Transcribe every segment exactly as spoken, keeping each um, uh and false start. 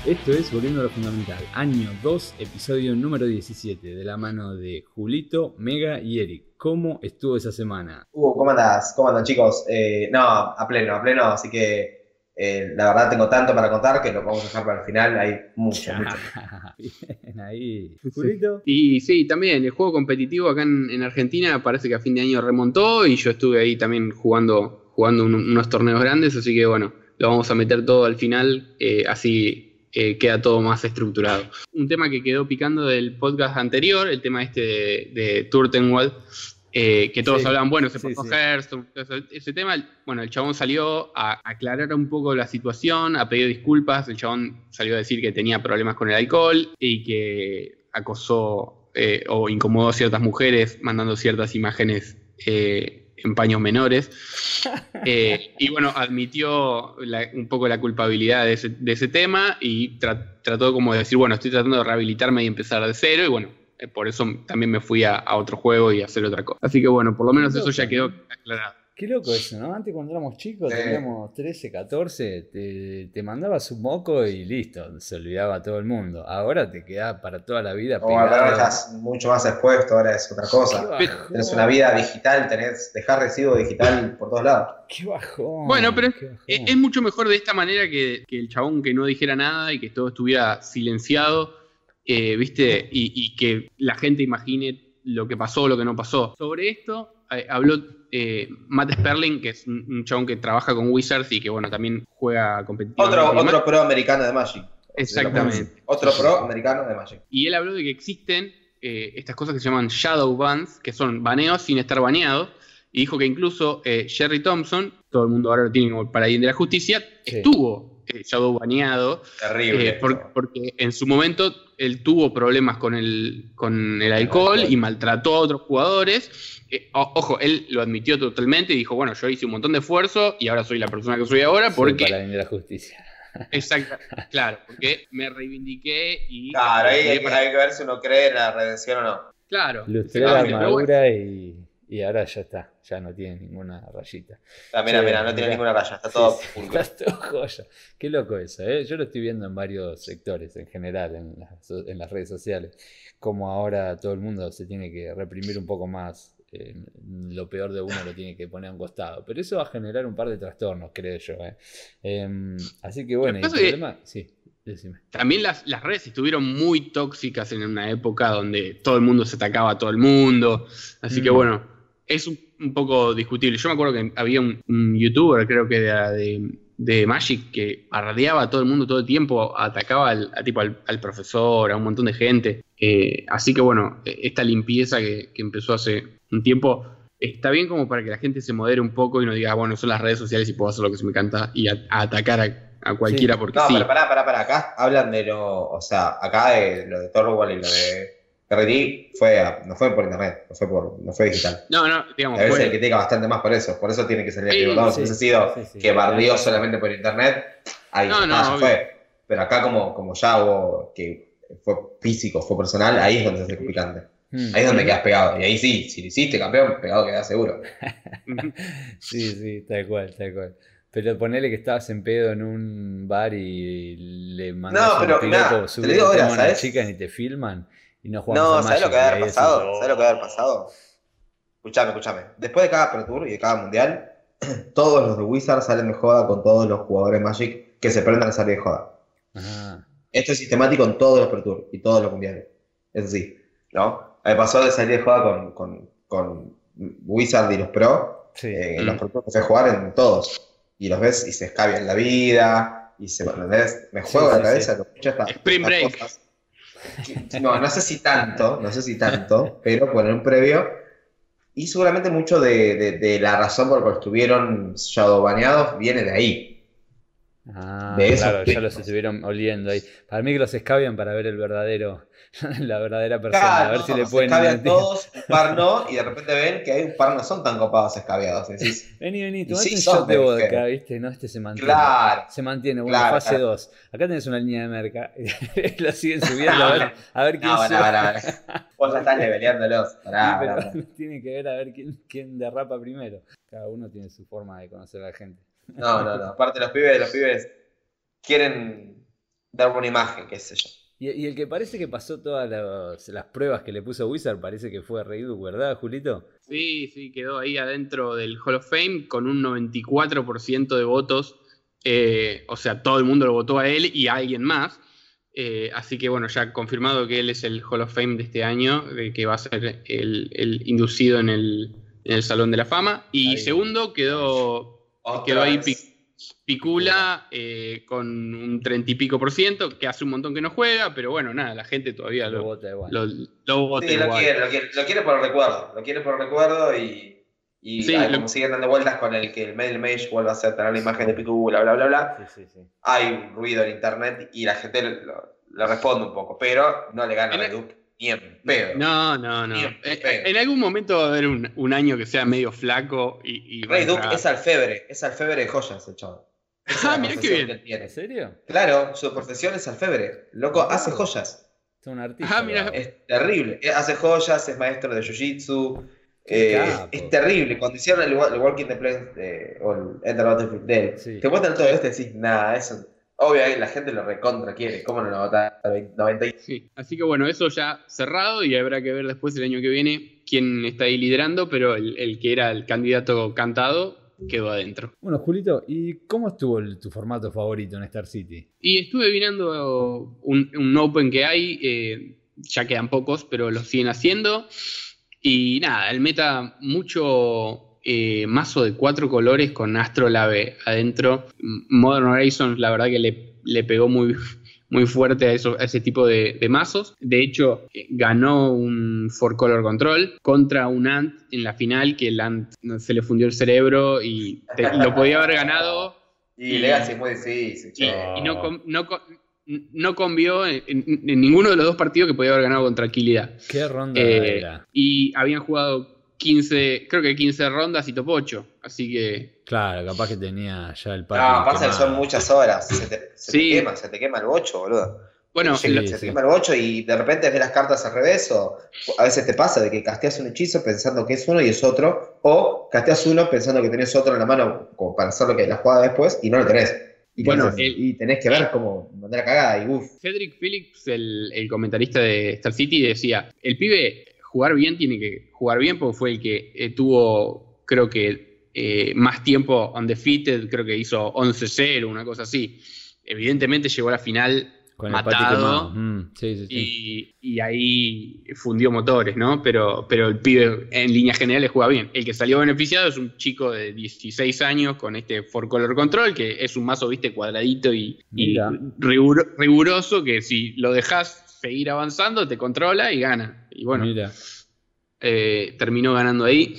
Esto es Volviendo a lo Fundamental, año dos, episodio número diecisiete, de la mano de Julito, Mega y Eric. ¿Cómo estuvo esa semana? Uh, ¿cómo andás? ¿Cómo andan, chicos? Eh, no, a pleno, a pleno, así que eh, la verdad tengo tanto para contar que lo vamos a dejar para el final, hay mucho, mucho. Bien, ahí. ¿Julito? Y sí, también el juego competitivo acá en, en Argentina parece que a fin de año remontó y yo estuve ahí también jugando, jugando un- unos torneos grandes, así que bueno, lo vamos a meter todo al final, eh, así eh, queda todo más estructurado. Un tema que quedó picando del podcast anterior, el tema este de, de Turtenwald, eh, que todos Sí, hablaban, bueno, se sí, pasó sí. Hearthstone, ese, ese tema, bueno, el chabón salió a aclarar un poco la situación, a pedir disculpas, el chabón salió a decir que tenía problemas con el alcohol y que acosó eh, o incomodó a ciertas mujeres mandando ciertas imágenes eh, en paños menores. Eh, y bueno, admitió la- un poco la culpabilidad de ese, de ese tema y tra- trató como de decir, bueno, estoy tratando de rehabilitarme y empezar de cero y bueno, eh, por eso también me fui a, a otro juego y a hacer otra cosa. Así que bueno, por lo menos eso ya quedó aclarado. Qué loco eso, ¿no? Antes cuando éramos chicos, Sí. teníamos trece, catorce, te, te mandabas un moco y listo, se olvidaba todo el mundo. Ahora te quedás para toda la vida O ahora pegado. estás mucho más expuesto, ahora es otra Qué cosa. bajón. Tenés una vida digital, tenés dejar residuo digital por todos lados. Qué bajón. Bueno, pero qué bajón. es, es mucho mejor de esta manera que, que el chabón que no dijera nada y que todo estuviera silenciado, eh, ¿viste? Y, y que la gente imagine lo que pasó o lo que no pasó. Sobre esto eh, habló eh, Matt Sperling, que es un, un chabón que trabaja con Wizards y que, bueno, también juega competitivamente. Otro, y demás. otro pro americano de Magic. Exactamente. Otro pro americano de Magic. Y él habló de que existen eh, estas cosas que se llaman shadow bans, que son baneos sin estar baneados, y dijo que incluso eh, Jerry Thompson, todo el mundo ahora lo tiene como paladín de la justicia, Sí. estuvo eh, shadow baneado, Terrible. eh, por- porque en su momento él tuvo problemas con el, con el alcohol alcohol. y maltrató a otros jugadores. Eh, o- ojo, él lo admitió totalmente y dijo, bueno, yo hice un montón de esfuerzo y ahora soy la persona que soy ahora Soy porque... paladín de la justicia. Exacto, claro, porque me reivindiqué y... Claro, ahí hay, que- para- hay que ver si uno cree en la redención o no. Claro. Lustré la exactamente, pero bueno. armadura y, y ahora ya está, ya no tiene ninguna rayita. Ah, mira, Sí, mira, no tiene mirá. ninguna raya, está Sí, todo sí, pulcro. está todo joya. Qué loco eso, ¿eh? Yo lo estoy viendo en varios sectores en general, en las, so- en las redes sociales, como ahora todo el mundo se tiene que reprimir un poco más. eh, lo peor de uno lo tiene que poner a un costado. Pero eso va a generar un par de trastornos, creo yo. ¿eh? Em, así que bueno, y el pasa es que- problema... Sí, decime. También las, las redes estuvieron muy tóxicas en una época donde todo el mundo se atacaba a todo el mundo. Así que Mm. bueno, es un, un poco discutible. Yo me acuerdo que había un, un youtuber, creo que era de, de Magic, que bardeaba a todo el mundo todo el tiempo, atacaba al, a, tipo, al, al profesor, a un montón de gente. Eh, así que bueno, esta limpieza que, que empezó hace un tiempo está bien como para que la gente se modere un poco y no diga, bueno, son las redes sociales y puedo hacer lo que se me canta y a, a atacar a, a cualquiera Sí. porque No, sí. pero pará, pará, pará, acá hablan de lo, o sea, acá de lo de Torwall y lo de R D fue, a- no fue por internet, no fue por, no fue digital. No, no, digamos, A veces fue- se critica bastante más por eso, por eso tiene que salir Sí, equivocado. Si sí, hubiese sido sí, sí. que bardeó solamente por internet, ahí No, ya, no, está, ya obvio. fue. Pero acá como, como ya hubo, que fue físico, fue personal, ahí es donde se hace picante. Mm. Ahí es donde quedas pegado. Y ahí sí, si lo hiciste campeón, pegado quedás seguro. Sí, sí, tal cual, tal cual. Pero ponele que estabas en pedo en un bar y le mandás No, pero un mirá, piropo, te subís lo digo el tema ahora, a una ¿sabes? chica y te filman y no jugamos No, a ¿sabes lo Magic. que va a y haber ahí decís, pasado? "Oh". ¿Sabes lo que va a haber pasado? Escuchame, escuchame. Después de cada Pro Tour y de cada mundial, todos los de Wizards salen de joda con todos los jugadores Magic que se prendan a salir de joda. Ah, Esto es sistemático en todos los Pro Tour y todos los mundiales. Es así, ¿no? Me pasó de salir de joda con, con, con Wizard y los Pro, sí. eh, en Mm. los Pro Tour que fue a jugar en todos. Y los ves y se escabian la vida, y se, ¿entendés? Me Sí, juego sí, la cabeza, sí. lo escucho estas, Spring estas Break. cosas. No, no sé si tanto, no sé si tanto, pero por un previo. Y seguramente mucho de, de, de la razón por la cual estuvieron shadowbaneados viene de ahí. Ah, De esos claro, ya tipos. los estuvieron oliendo ahí. Para mí que los escabian para ver el verdadero, la verdadera persona, Claro, a ver si le se pueden escabian identificar. todos, un par no, y de repente ven que hay un par no son tan copados escabiados. Decís, Vení, vení, Y tomate sí un son shot de de vodka, mujer. ¿viste? No, este se mantiene. claro, Se mantiene, bueno, Claro, fase claro. dos. Acá tenés una línea de merca. Lo siguen subiendo a ver, a ver quién no, sube. no, no, no. Vos ya estás leveleándolos. Sí, Pará, pero pará. tiene que ver a ver quién, quién derrapa primero. Cada uno tiene su forma de conocer a la gente. No, no, no. Aparte los pibes, los pibes quieren dar una imagen, qué sé yo. Y, y el que parece que pasó todas los- las pruebas que le puso Wizard parece que fue Reiduk, ¿verdad, Julito? Sí, sí, quedó ahí adentro del Hall of Fame con un noventa y cuatro por ciento de votos. Eh, o sea, todo el mundo lo votó a él y a alguien más. Eh, así que bueno, ya confirmado que él es el Hall of Fame de este año, de que va a ser el, el inducido en el, en el Salón de la Fama. Y Ahí. segundo quedó, Otra quedó ahí vez. Pi- Picula eh, con un treinta y pico por ciento, que hace un montón que no juega, pero bueno, nada, la gente todavía Lo lo, vota igual. lo, lo vota Sí, lo igual. quiere, lo quiere, lo quiere por el recuerdo, lo quiere por el recuerdo y, y Sí, ay, lo- como siguen dando vueltas con el que el Mail Mage vuelva a hacer tener la imagen de Piku, bla, bla, bla, bla, Sí, sí, sí. hay ruido en internet y la gente lo, lo responde un poco, pero no le gana a En el- Reiduk ni en pedo. No, no, no. Bien, Eh, bien. En algún momento va a haber un, un año que sea medio flaco y, y va a Reiduk entrar. es alfebre, es alfebre de joyas el chaval. Esa es Ah, la mirá qué profesión bien. que él tiene. ¿En serio? Claro, su profesión es alfebre. Loco, Oh. hace joyas. Es un artista. Ah, mira. bravo. Es terrible. Eh, Hace joyas, es maestro de jiu-jitsu. Qué eh, capo. es terrible. Cuando hicieron el, wa- el Walking the Plains eh, o el Enter Battlefield Dead, Sí. te muestran todo esto y decís, nada, eso. Obvio, ahí la gente lo recontra quiere. ¿Cómo no lo vota noventa y Sí. Así que bueno, eso ya cerrado y habrá que ver después el año que viene quién está ahí liderando, pero el, el que era el candidato cantado quedó adentro. Bueno, Julito, ¿y cómo estuvo el- tu formato favorito en Star City? Y estuve mirando un, un Open que hay, eh, ya quedan pocos, pero lo siguen haciendo. Y nada, el meta mucho eh, mazo de cuatro colores con Astrolabe adentro. Modern Horizons, la verdad que le, le pegó muy, muy fuerte a, eso, a ese tipo de, de mazos. De hecho, eh, ganó un four color control contra un Ant en la final, que el Ant se le fundió el cerebro y te- lo podía haber ganado. Y Legacy es muy difícil, Y, che. y no, com- no, co- no convió en, en- en ninguno de los dos partidos que podía haber ganado con tranquilidad. ¿Qué ronda Eh, era? y habían jugado quince, creo que quince rondas y top ocho. Así que Claro, capaz que tenía ya el No, patio pasa que son quemado. muchas horas. Se te, se te Sí. quema, se te quema el bocho, boludo. bueno, se, sí, se te sí. quema el bocho y de repente ves las cartas al revés, o a veces te pasa de que casteas un hechizo pensando que es uno y es otro, o casteas uno pensando que tenés otro en la mano como para hacer lo que la jugada después y no lo tenés. Y, Bueno, tenés, el- y tenés que ver cómo mandar la cagada y uff. Cedric Phillips, el, el comentarista de Star City, decía, el pibe jugar bien tiene que jugar bien porque fue el que eh, tuvo, creo que, eh, más tiempo undefeated, creo que hizo once cero, una cosa así. Evidentemente llegó a la final Con el patio matado. quemado. Mm, sí, sí, sí. Y, y ahí fundió motores, ¿no? Pero, pero el pibe en líneas generales juega bien. El que salió beneficiado es un chico de dieciséis años con este four color control, que es un mazo, viste, cuadradito y, y Mira. riguro- riguroso, que si lo dejas seguir avanzando, te controla y gana. Y bueno, Mira. eh, terminó ganando ahí.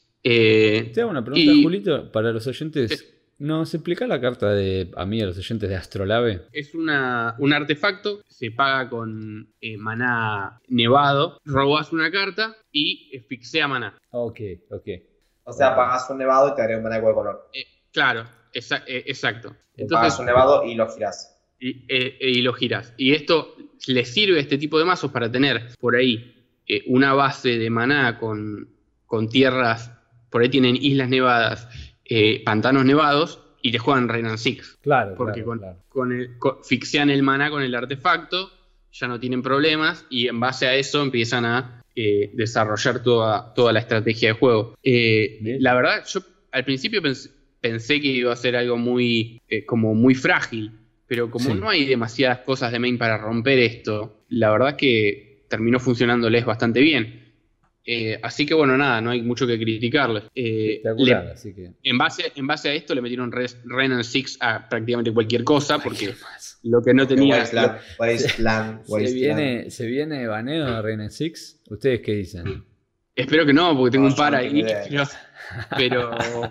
Eh, Te hago una pregunta, y- Julito, para los oyentes. ¿Nos explica la carta de a mí, a los oyentes de Astrolabe? Es una, un artefacto, se paga con eh, maná nevado, robas una carta y eh, fixea maná. Ok, ok. O sea, pagás un nevado y te agrega un maná de cualquier color. Eh, claro, esa- eh, exacto. Pagas Entonces, un nevado y lo girás. y, eh, y lo giras. Y esto le sirve a este tipo de mazos para tener por ahí eh, una base de maná con, con tierras, por ahí tienen islas nevadas, eh, pantanos nevados, y te juegan Rain and Six. Claro, Porque claro, con, claro. con el, con- fixean el maná con el artefacto, ya no tienen problemas, y en base a eso empiezan a eh, desarrollar toda, toda la estrategia de juego. Eh, Bien. la verdad, yo al principio pens- pensé que iba a ser algo muy, eh, como muy frágil, pero como Sí. no hay demasiadas cosas de main para romper esto, la verdad que terminó funcionándoles bastante bien. Eh, así que bueno, nada, no hay mucho que criticarles. Eh, Espectacular, le- así que. en, base, en base a esto le metieron Res- Ren and Six a prácticamente cualquier cosa, porque Ay, qué más. lo que no tenía... Wasteland, Wasteland, ¿Se Wasteland. viene, ¿Se viene baneo de Reina Six? ¿Ustedes qué dicen? Espero que no, porque tengo No, un par yo no tengo ahí. idea. Pero, pero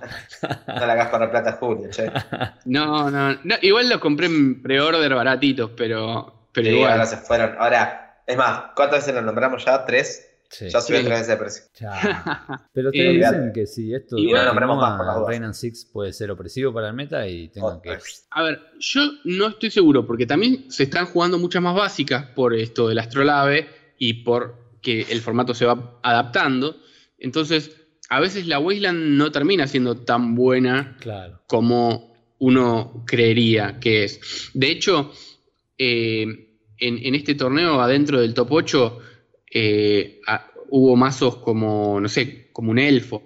No la hagas para plata, Julio, che. no, no, no, igual los compré en pre-order baratitos, pero, pero Sí, igual. ahora se fueron. Ahora, es más, ¿cuántas veces lo nombramos ya? ¿Tres? Sí. Ya subió Sí. tres veces de precio. Chao. Pero ustedes Eh, dicen que si esto y bueno, nombremos más por las dudas. Reina Six puede ser opresivo para el meta y tengan que. A ver, yo no estoy seguro, porque también se están jugando muchas más básicas por esto del Astrolabe y por que el formato se va adaptando. Entonces, a veces la Wasteland no termina siendo tan buena Claro. como uno creería que es. De hecho, eh, en, en este torneo, adentro del top ocho, eh, a, hubo mazos como, no sé, como un elfo.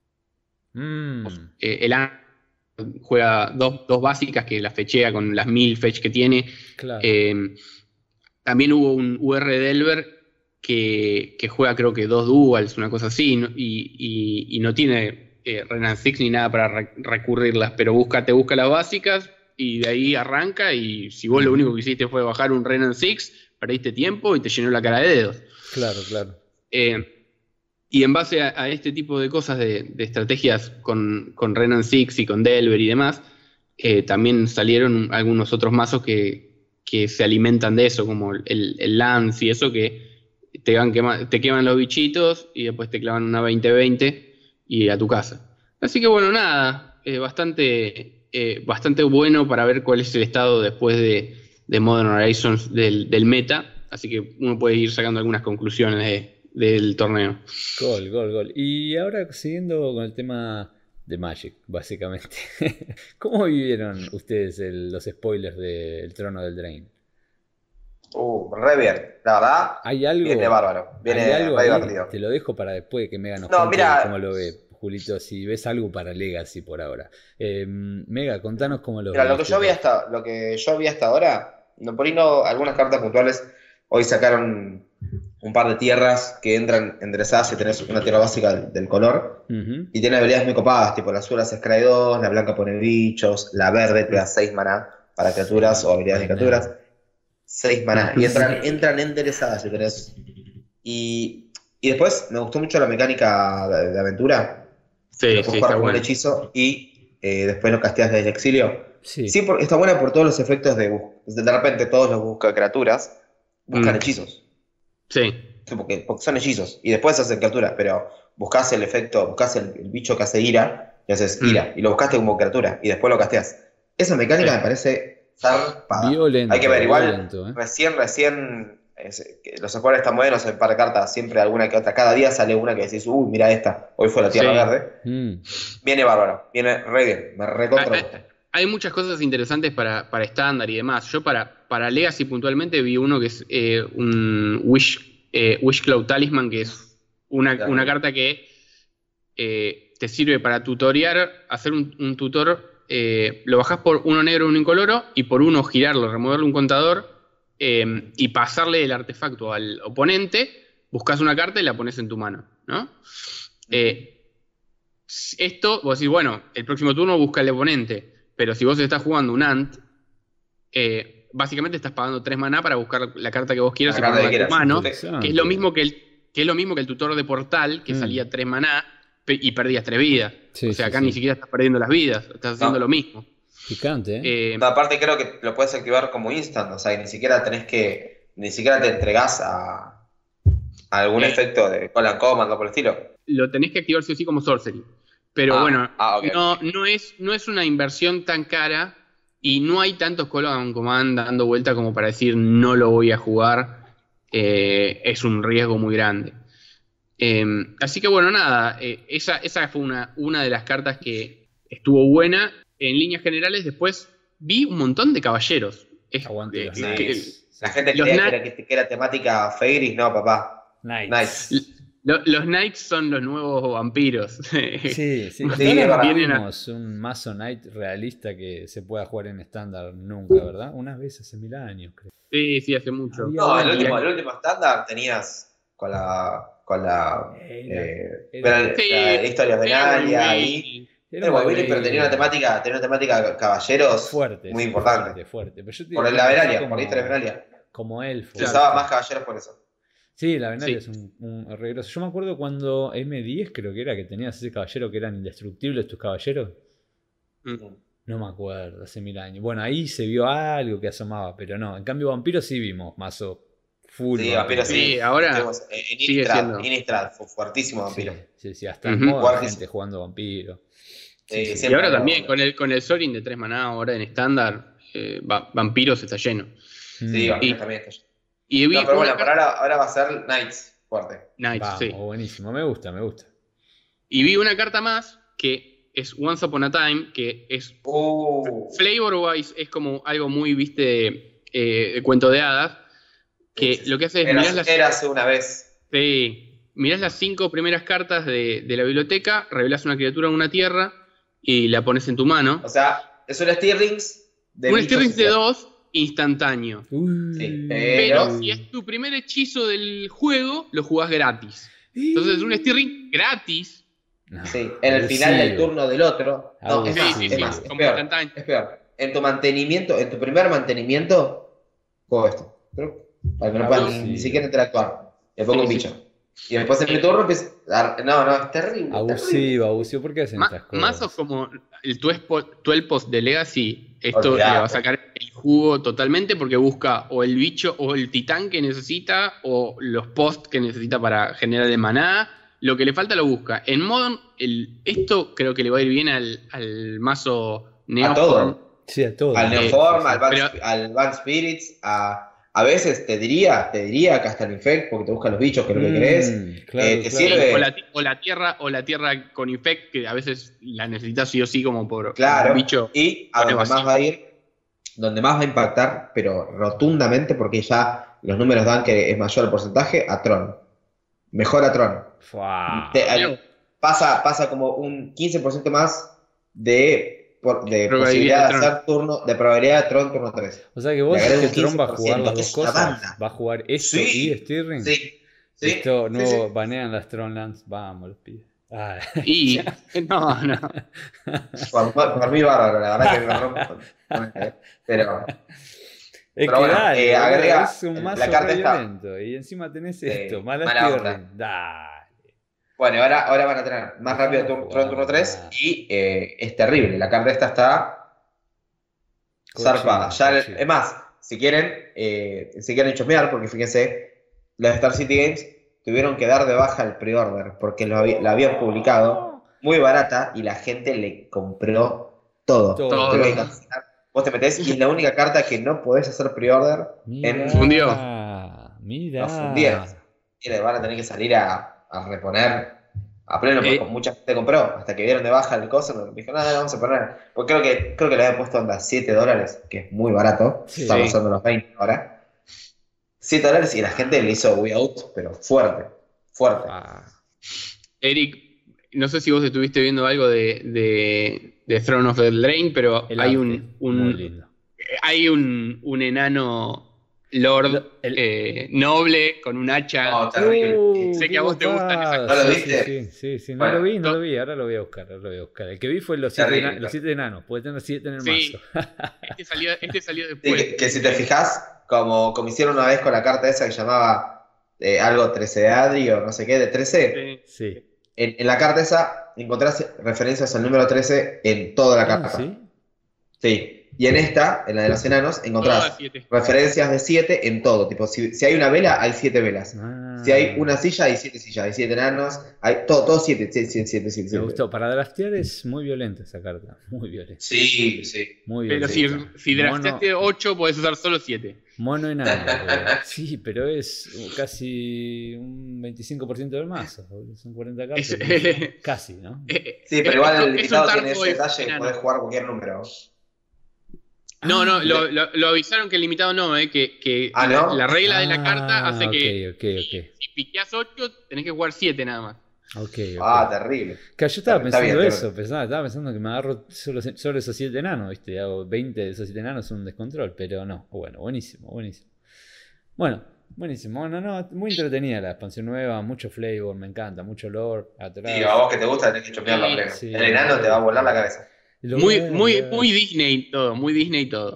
Mm. Eh, el juega dos, dos básicas que las fechea con las mil fetch que tiene. Claro. Eh, también hubo un U R Delver que, que juega creo que dos duals, una cosa así, ¿no? y, y, y no tiene eh, Renan Six ni nada para re recurrirlas, pero busca, te busca las básicas y de ahí arranca, y si vos lo único que hiciste fue bajar un Renan Six, perdiste tiempo y te llenó la cara de dedos. Claro, claro. Eh, y en base a, a este tipo de cosas, de, de estrategias con, con Renan Six y con Delver y demás, eh, también salieron algunos otros mazos que, que se alimentan de eso, como el, el Lance y eso, que te, van quema, te queman los bichitos y después te clavan una veinte veinte y a tu casa. Así que bueno, nada, eh, bastante, eh, bastante bueno para ver cuál es el estado después de, de Modern Horizons del, del meta. Así que uno puede ir sacando algunas conclusiones de, del torneo. Gol, gol, gol. Y ahora siguiendo con el tema de Magic, básicamente. ¿Cómo vivieron ustedes el, los spoilers del Trono del Drain? Uh, re bien, la verdad. ¿Hay algo? Viene bárbaro, viene ¿Hay algo re ahí? divertido. Te lo dejo para después que Mega nos No, cuente mira, cómo lo ve, Julito, si ves algo para Legacy por ahora. Eh, Mega, contanos cómo lo mira, ves. lo que yo vi hasta, lo que yo vi hasta ahora, no, por ahí no, algunas cartas puntuales. Hoy sacaron un par de tierras que entran enderezadas y tenés una tierra básica del, del color. Uh-huh. Y tiene habilidades muy copadas, tipo la azul hace Scry dos, la blanca pone bichos, la verde te da seis maná para criaturas, sí, o habilidades de criaturas. seis maná. Y entran, entran enderezadas si tenés. Y, y después me gustó mucho la mecánica de, de aventura. Sí, lo sí, jugar con bueno. un hechizo y eh, después lo casteas desde el exilio. Sí, sí por, está buena por todos los efectos de, de repente todos los busca criaturas. Buscan mm. hechizos. Sí. Porque, porque son hechizos. Y después hacen criaturas, pero buscas el efecto, buscas el, el bicho que hace ira, y haces mm. ira, y lo buscaste como criatura, y después lo casteas. Esa mecánica sí. me parece zarpada. Violento, hay que ver, igual, violento, ¿eh? recién, recién, es, los spoilers están buenos, en par de cartas, siempre alguna que otra, cada día sale una que decís, uy, mira esta, hoy fue la tierra sí. verde. Mm. Viene bárbaro, viene re bien, me recontra hay, hay, hay muchas cosas interesantes para, para estándar y demás. Yo para, para Legacy puntualmente vi uno que es eh, un Wish, eh, Wish Cloud Talisman, que es una, claro. una carta que eh, te sirve para tutorear, hacer un, un tutor, eh, lo bajás por uno negro, uno incoloro, y por uno girarlo, removerle un contador, eh, y pasarle el artefacto al oponente, buscas una carta y la pones en tu mano, ¿no? Eh, esto, vos decís, bueno, el próximo turno busca el oponente, pero si vos estás jugando un Ant, eh, básicamente estás pagando tres maná para buscar la carta que vos quieras y ponerla en tu mano, que es lo mismo que el, que es lo mismo que el tutor de portal, que mm. salía tres maná y perdías tres vidas. Sí, o sea, acá sí, ni sí. siquiera estás perdiendo las vidas, estás haciendo no. lo mismo. Picante, ¿eh? eh no, aparte creo que lo puedes activar como instant, o sea, ni siquiera tenés que, ni siquiera te entregás a, a algún eh, efecto de call and command o por el estilo. Lo tenés que activar sí o sí como sorcery. Pero ah, bueno, ah, okay. no, no, es, no es una inversión tan cara y no hay tantos call and command dando vuelta como para decir no lo voy a jugar. Eh, es un riesgo muy grande. Eh, así que bueno, nada, eh, esa, esa fue una, una de las cartas que estuvo buena. En líneas generales, después vi un montón de caballeros. Es, Aguante los eh, nice. La gente creía que era, que, que era temática Fairies, no, papá. Nice. nice. Los, los Knights son los nuevos vampiros. Sí, sí. sí no vimos a... un mazo Knight realista que se pueda jugar en estándar nunca, ¿verdad? Unas veces hace mil años, creo. Sí, sí, hace mucho. Había no, el último, el último estándar tenías con la... con la... Eh, era, era, sí, la historias de Nalia y... Era era Billy, pero tenía una temática, tenía una temática caballeros fuerte, muy sí, importante. Fuerte, fuerte. Pero yo te por el, la Veralia, por la historia de Veralia. Como elfo. Se usaba más caballeros por eso. Sí, la Venalia sí. es un, un regreso. Yo me acuerdo cuando eme diez creo que era, que tenías ese caballero que eran indestructibles tus caballeros. Mm. No me acuerdo, hace mil años. Bueno, ahí se vio algo que asomaba, pero no. En cambio, Vampiro sí vimos mazo full. Sí, Vampiro sí. sí. Ahora en Innistrad, Innistrad fue fuertísimo Vampiro. Sí, sí, sí hasta uh-huh. moda gente jugando Vampiro. Sí, sí, sí. Y ahora no, también, no. con el, con el Sorin de tres maná ahora en estándar, eh, va, Vampiros está lleno. Sí, Vampiros también está lleno. Y vi no, pero bueno, para ahora, ahora va a ser Knights fuerte. Knights, Vamos, sí. Buenísimo, me gusta, me gusta. Y vi una carta más que es Once Upon a Time, que es uh. flavor wise, es como algo muy, viste, eh, de cuento de hadas, que Sí, sí, lo que hace es Era, mirás las, érase una vez. sí, mirás las cinco primeras cartas de, de la biblioteca, revelás una criatura en una tierra y la pones en tu mano. O sea, es un Stirlings de Un bichos Stirlings de sociales. dos, instantáneo. Uy. Sí, Pero Pero- si es tu primer hechizo del juego, lo jugás gratis. Entonces es un Stirling gratis. No, Sí, en el final del abusivo. turno del otro. No, es Abusivo. más, Sí, sí, es sí, más, es como peor, instantáneo. es peor. En tu mantenimiento, en tu primer mantenimiento, juego esto. Creo, para que no puedas ni, Abusivo. ni siquiera interactuar. Le pongo Sí, un sí. bicho. Y después en mi turno empieza a dar- No, no, es terrible. terrible. Abusivo, abusivo. ¿Por qué hacen Ma- estas cosas? mazos como el twelve post de Legacy, esto Olvidate. le va a sacar el jugo totalmente porque busca o el bicho o el titán que necesita o los posts que necesita para generar el maná. Lo que le falta lo busca. En Modern, el, esto creo que le va a ir bien al, al mazo Neoform. todo. Sí, a todo. Al Eh, Neoform, sí, sí. al, Band, Pero- al Band Spirits, a, a veces te diría, te diría que hasta el Infect, porque te buscan los bichos, que es lo que Mm, querés. claro, Eh, te claro. sirve- O la, ti- o la tierra o la tierra con Infect, que a veces la necesitas sí o sí como por Claro, un bicho. y a pone donde más vacío. va a ir, donde más va a impactar, pero rotundamente, porque ya los números dan que es mayor el porcentaje, a Tron. Mejor a Tron. Fua. Te- al- pasa, pasa como un quince por ciento más de, por- de Probabilidad posibilidad de de Tron. hacer turno, de probabilidad de Tron turno tres. O sea que vos Le agrego decís que un Tron va a jugar las quince por ciento, dos es una cosas. banda. Va a jugar esto Sí, y Stirring. Sí, sí. Esto sí, nuevo, sí. banean las Tronlands. Vamos, los pibes. Ah, Y. No, no. Por, por- por mí bárbaro, la verdad que me rompo. Pero es Pero que bueno, dale, eh, boludo, agrega es un la mazo carta re esta. violento. Y encima tenés Sí, esto, mala, mala Stirring. onda. Dale. bueno, ahora, ahora van a tener más rápido Dejá tur- jugar, Tron turno tres nada. y eh, es terrible. La carta esta está zarpada. Cochino, Ya, cochino. es más, si quieren, eh, si quieren chusmear, porque fíjense, los Star City Games tuvieron que dar de baja el pre-order porque lo habí- la habían publicado muy barata y la gente le compró todo. Todo. Tuve que cancelar. Vos te metés y es la única carta que no podés hacer pre-order. Mira, Fundió. Mira. No fundieron. Y le van a tener que salir a, a reponer a pleno, porque Eh. mucha gente compró. Hasta que dieron de baja el coso, me dijo, nada, vamos a poner. Porque creo que, creo que le había puesto onda siete dólares, que es muy barato. Sí. Estamos usando los veinte ahora. siete dólares y la gente le hizo way out, pero fuerte. Fuerte. Ah, Eric, no sé si vos estuviste viendo algo de, de, de Throne of the Drain, pero el hay arte, un, un- muy lindo. hay un, un enano lord Lo- el- eh, noble con un hacha. No, terrible. Uh, Sé que qué a vos te gustan esas copado. ¿No lo Sí, viste? Sí, sí, sí, sí, no Bueno, lo vi, no no. lo vi, ahora lo voy a buscar, ahora lo voy a buscar. El que vi fue los siete, Terrible. ena- los siete enanos, puede tener siete en el Sí. mazo. Este salió, este salió Sí, después. que, que si te fijas, como, como hicieron una vez con la carta esa que llamaba eh, algo trece de Adri o no sé qué, de trece, Sí. Sí. en, en la carta esa encontrás referencias al número trece en toda la Ah, carta. ¿sí? Sí. Y en esta, en la de los enanos, encontrás Todas siete. referencias de siete en todo. Tipo, si, si hay una vela, hay siete velas. Ah, Si hay una silla, hay siete sillas. Hay siete enanos, hay todo, todo siete, siete, siete, siete, siete, Me siete. gustó. Para draftear es muy violenta esa carta. Muy violenta. Sí, sí. Muy Pero violenta. si, si drafteaste ocho, podés usar solo siete. Mono enano. pero- Sí, pero es casi un veinticinco por ciento del mazo. boludo, Son cuarenta cartas. Es- Casi, ¿no? Sí, pero igual el Es un limitado tiene tarpo ese de detalle que enano. podés jugar cualquier número. No, no, Ah, lo, lo- lo avisaron que el limitado no, eh, que, que Ah, ¿no? la regla de la Ah, carta hace que Ok, ok, si piqueas ocho, tenés que jugar siete nada más. ok. ok, ok. Ah, terrible. Que yo estaba Está pensando bien, eso, pensaba, estaba pensando que me agarro solo, solo esos siete enanos, ¿viste? Y hago veinte de esos siete enanos, es un descontrol, pero no. Bueno, buenísimo, buenísimo. Bueno, buenísimo. Bueno, no, muy entretenida la expansión nueva, mucho flavor, me encanta, mucho lore atrás. Y a vos que te gusta tenés que chopearlo a pleno. Sí. El enano te va a volar la cabeza. Lo voy Muy, a ver, muy, lo voy a ver. muy Disney todo, muy Disney todo.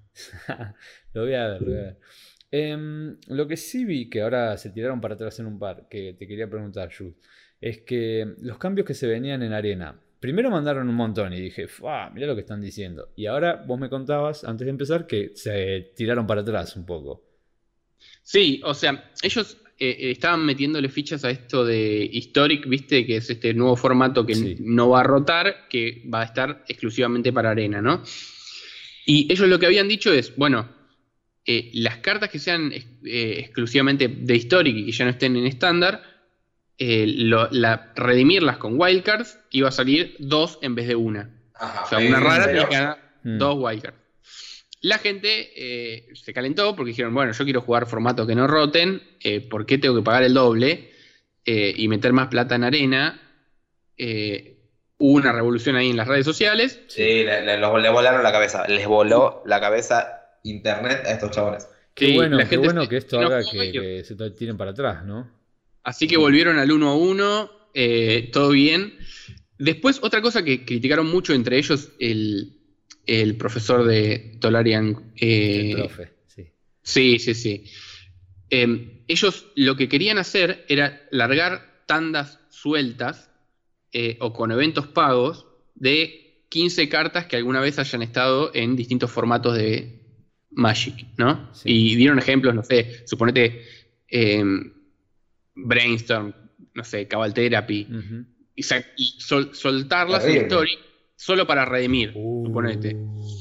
Lo voy a ver, lo voy a ver. Em, lo que sí vi, que ahora se tiraron para atrás en un par, que te quería preguntar, Jules, es que los cambios que se venían en arena, primero mandaron un montón y dije, ¡fua! Mirá lo que están diciendo. Y ahora vos me contabas, antes de empezar, que se tiraron para atrás un poco. Sí, o sea, ellos eh, eh, estaban metiéndole fichas a esto de Historic, viste, que es este nuevo formato que Sí. no va a rotar, que va a estar exclusivamente para arena, ¿no? Y ellos lo que habían dicho es, bueno, eh, las cartas que sean eh, exclusivamente de Historic y que ya no estén en estándar, eh, lo- la- redimirlas con wildcards iba a salir dos en vez de una. Ajá. O sea, una rara Pero- tenés que ganar Mm. dos wildcards. la gente eh, se calentó porque dijeron, bueno, yo quiero jugar formatos que no roten, eh, ¿por qué tengo que pagar el doble eh, y meter más plata en arena? Eh, hubo una revolución ahí en las redes sociales. Sí, le, le, los- le volaron la cabeza, les voló la cabeza internet a estos chabones. Qué Sí, bueno, la qué gente bueno se que esto enojó haga que, y- que se te tiren para atrás, ¿no? Así que volvieron al uno a uno, eh, todo bien. Después, otra cosa que criticaron mucho, entre ellos el, el profesor de Tolarian. eh, El profe, sí. Sí, sí, sí. Eh, ellos lo que querían hacer era largar tandas sueltas eh, o con eventos pagos de quince cartas que alguna vez hayan estado en distintos formatos de Magic, ¿no? Sí. Y dieron ejemplos, no sé, suponete eh, Brainstorm, no sé, Cabal Therapy, Ujú. y, sa- y sol- soltarlas en Terrible. Story solo para redimir, Uh. suponete.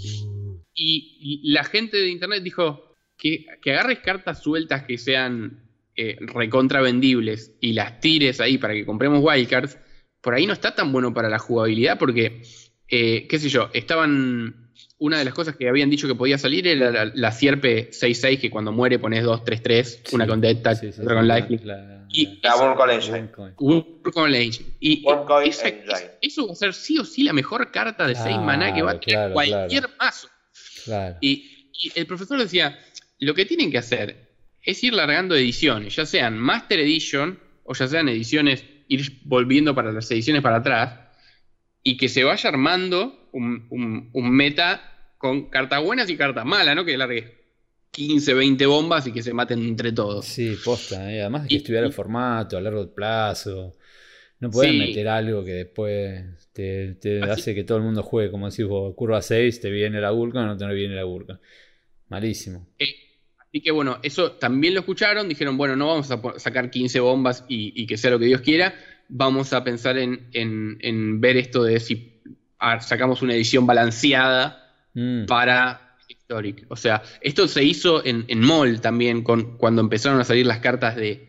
Y, y la gente de internet dijo que, que agarres cartas sueltas que sean eh, recontra vendibles y las tires ahí para que compremos wildcards, por ahí no está tan bueno para la jugabilidad porque, eh, qué sé yo, estaban... Una de las cosas que habían dicho que podía salir era la, la Sierpe seis seis, que cuando muere pones dos tres tres, Sí. una con Death Touch, Sí, sí, otra sí, con la- Lifelink. la- Y La esa- Wormcoil Engine. Wormcoil. Work on Legend. Y Wormcoil esa- Engine. esa- eso va a ser sí o sí la mejor carta de seis Claro, maná que va a tener claro, cualquier claro. mazo. Claro. Y, y el profesor decía, lo que tienen que hacer es ir largando ediciones, ya sean Master Edition o ya sean ediciones, ir volviendo para las ediciones para atrás, y que se vaya armando un, un- un meta con cartas buenas y cartas malas, ¿no? Que largue quince, veinte bombas y que se maten entre todos. Sí, posta, ¿eh? Además hay que Y- estudiar el y- formato a largo plazo. No puedes Sí. meter algo que después te, te Así- hace que todo el mundo juegue. Como decís vos, curva seis, te viene la Vulcan o no te viene la Vulcan. Malísimo. Eh, así que bueno, eso también lo escucharon, dijeron, bueno, no vamos a po- sacar quince bombas y, y que sea lo que Dios quiera, vamos a pensar en, en- en ver esto de si a ver, sacamos una edición balanceada Mm, para Historic. O sea, esto se hizo en, en M O L también, con, cuando empezaron a salir las cartas de,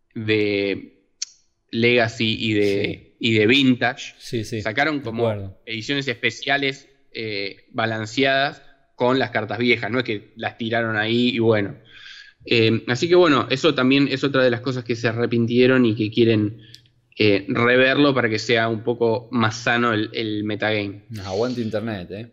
de Legacy y de, y de Vintage. sí, sí. Sacaron de como acuerdo. ediciones especiales eh, balanceadas con las cartas viejas, no es que las tiraron ahí y bueno. Eh, así que bueno, eso también es otra de las cosas que se arrepintieron y que quieren eh, reverlo para que sea un poco más sano el, el metagame. Aguante internet, ¿eh?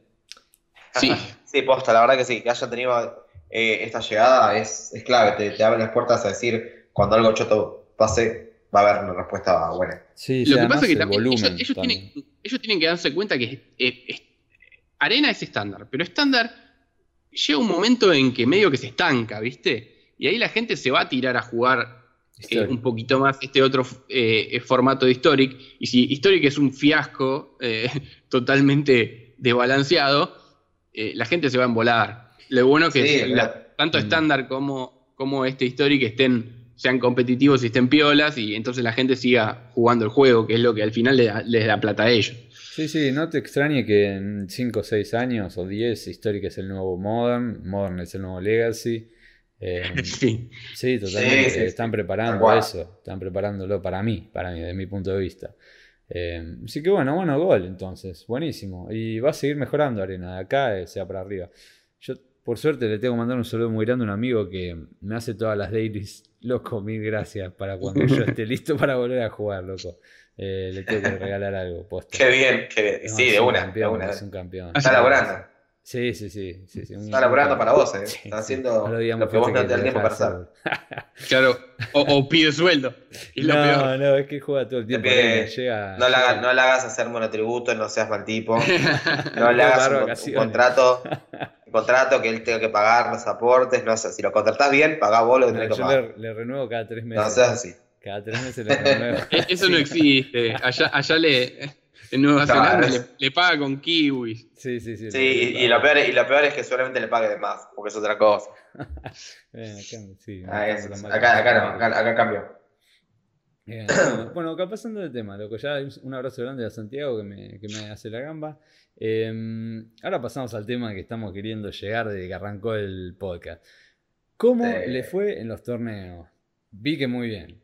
Sí, Sí, posta, la verdad que sí, que haya tenido eh, esta llegada es, es clave, te, te abre las puertas a decir, cuando algo choto pase, va a haber una respuesta buena. Sí, sí, lo que además pasa es que el también ellos, volumen ellos también. tienen, ellos tienen que darse cuenta que eh, es- Arena es estándar, pero estándar llega un momento en que medio que se estanca, ¿viste? Y ahí la gente se va a tirar a jugar eh, Historic. un poquito más este otro eh, formato de Historic. Y si Historic es un fiasco eh, totalmente desbalanceado, eh, la gente se va a embolar. Lo bueno que Sí, es la- claro. tanto Mm. estándar como, como este Historic estén, sean competitivos y estén piolas, y entonces la gente siga jugando el juego, que es lo que al final les da, les da plata a ellos. Sí, sí, no te extrañe que en cinco o seis años o diez Historic es el nuevo Modern, Modern es el nuevo Legacy. Eh, Sí. sí, totalmente. Sí, sí, sí. Están preparando Tal cual. eso, están preparándolo para mí, para mí, desde mi punto de vista. Eh, así que bueno, bueno, gol entonces, buenísimo. Y va a seguir mejorando Arena, de acá eh, sea para arriba. Yo, por suerte, le tengo que mandar un saludo muy grande a un amigo que me hace todas las dailies. Loco, mil gracias para cuando yo esté listo para volver a jugar, loco. Eh, le tengo que regalar algo, posta. Qué bien, qué bien. No, Sí, es de un una, de campeón, una. es un campeón. Está laburando. Sí, sí, sí. sí, sí, un- Está laburando para vos, eh. Sí, Está sí. haciendo No lo digamos, lo que vos fíjate no te das lo tiempo para deja hacer. hacer. Claro, o, o pide sueldo. Y lo No, peor. no, es que juega todo el tiempo. pide- Arena, llega, No le, llega- hagas, no le hagas hacer monotributo, no seas mal tipo. No No le hagas dar un, un vacaciones. contrato, un contrato que él tenga que pagar los aportes. No sé, si lo contratás bien, pagá vos lo que No, tenés que yo pagar. le, le renuevo cada tres meses. No seas así. Cada tres meses le renuevo. E- Eso no Sí. existe. Allá, allá le, en Nueva Claro, Zelanda es- le, le paga con kiwis. Sí, sí, sí. Sí, y, y lo peor, es- y lo peor es que solamente le pague de más, porque es otra cosa. Ven, acá, sí, no Ah, estamos eso, tan sí. mal acá, acá no, como- acá, acá cambio. Bien, bueno, bueno, acá pasando de tema, loco. Ya un abrazo grande a Santiago que me, que me hace la gamba. Eh, ahora pasamos al tema que estamos queriendo llegar desde que arrancó el podcast. ¿Cómo Sí. le fue en los torneos? Vi que muy bien.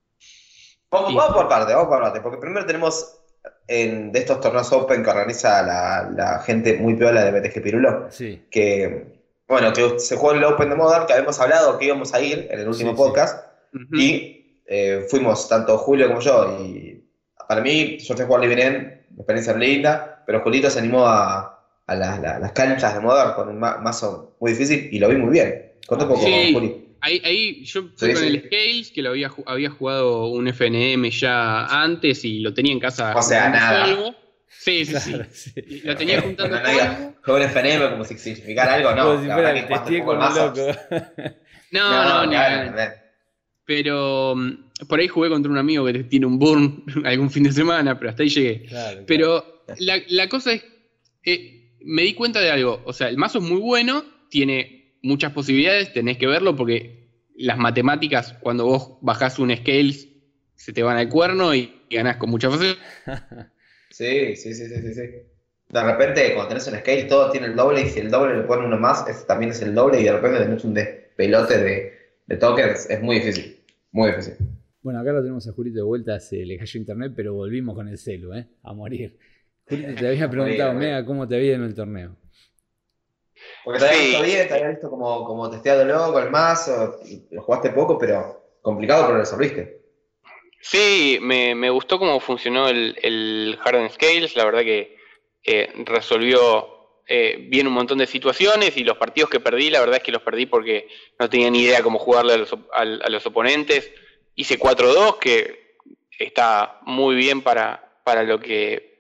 Vamos, Sí. vamos por parte, vamos por parte, porque primero tenemos en, de estos torneos Open que organiza la, la gente muy piola de B T G Pirulo, Sí, que Bueno, que se jugó en el Open de Modern, que habíamos hablado que íbamos a ir en el último Sí, sí. podcast, Ujú. y eh, fuimos tanto Julio como yo, y para mí, yo estoy jugando bien, una experiencia linda, pero Julito se animó a, a las, la- las canchas de Modern con un ma- mazo muy difícil, y lo vi muy bien. Contá un poco, Sí, Juli. ahí, ahí yo fui Sí, con sí. el Scales, que lo había, ju- había jugado un F N M ya antes y lo tenía en casa O sea, juntando nada. polvo. Sí, sí, Claro, sí. sí. Y lo tenía juntando Bueno, no digas, polvo. juego en F N M como si significara algo, no. Como si La fuera verdad el que jugaste un testigo poco el con un mazo. loco. No, no, ni claro, hablar. ¿entendés? Pero mm, por ahí jugué contra un amigo que tiene un burn algún fin de semana, pero hasta ahí llegué. Claro, claro. Pero la, la cosa es, eh, me di cuenta de algo. O sea, el mazo es muy bueno, tiene muchas posibilidades, tenés que verlo porque las matemáticas, cuando vos bajás un Scales, se te van al cuerno y, y ganás con mucha facilidad. Sí, sí, sí, sí, sí, sí. De repente, cuando tenés un scale, todo tiene el doble, y si el doble le ponen uno más, ese también es el doble, y de repente tenés un despelote de, de tokens. Es muy difícil, muy difícil. Bueno, acá lo tenemos a Julito de vuelta, se le cayó internet, pero volvimos con el celu, ¿eh? A morir. Julito, te había preguntado, morir. Mega, ¿cómo te había ido en el torneo? Porque te había Sí. visto bien, te había visto como, como testeándolo con el mazo, y lo jugaste poco, pero complicado, pero lo resolviste. Sí, me, me gustó cómo funcionó el, el Harden Scales, la verdad que eh, resolvió eh, bien un montón de situaciones y los partidos que perdí, la verdad es que los perdí porque no tenía ni idea cómo jugarle a los, op- al- a los oponentes. Hice cuatro dos, que está muy bien para, para lo que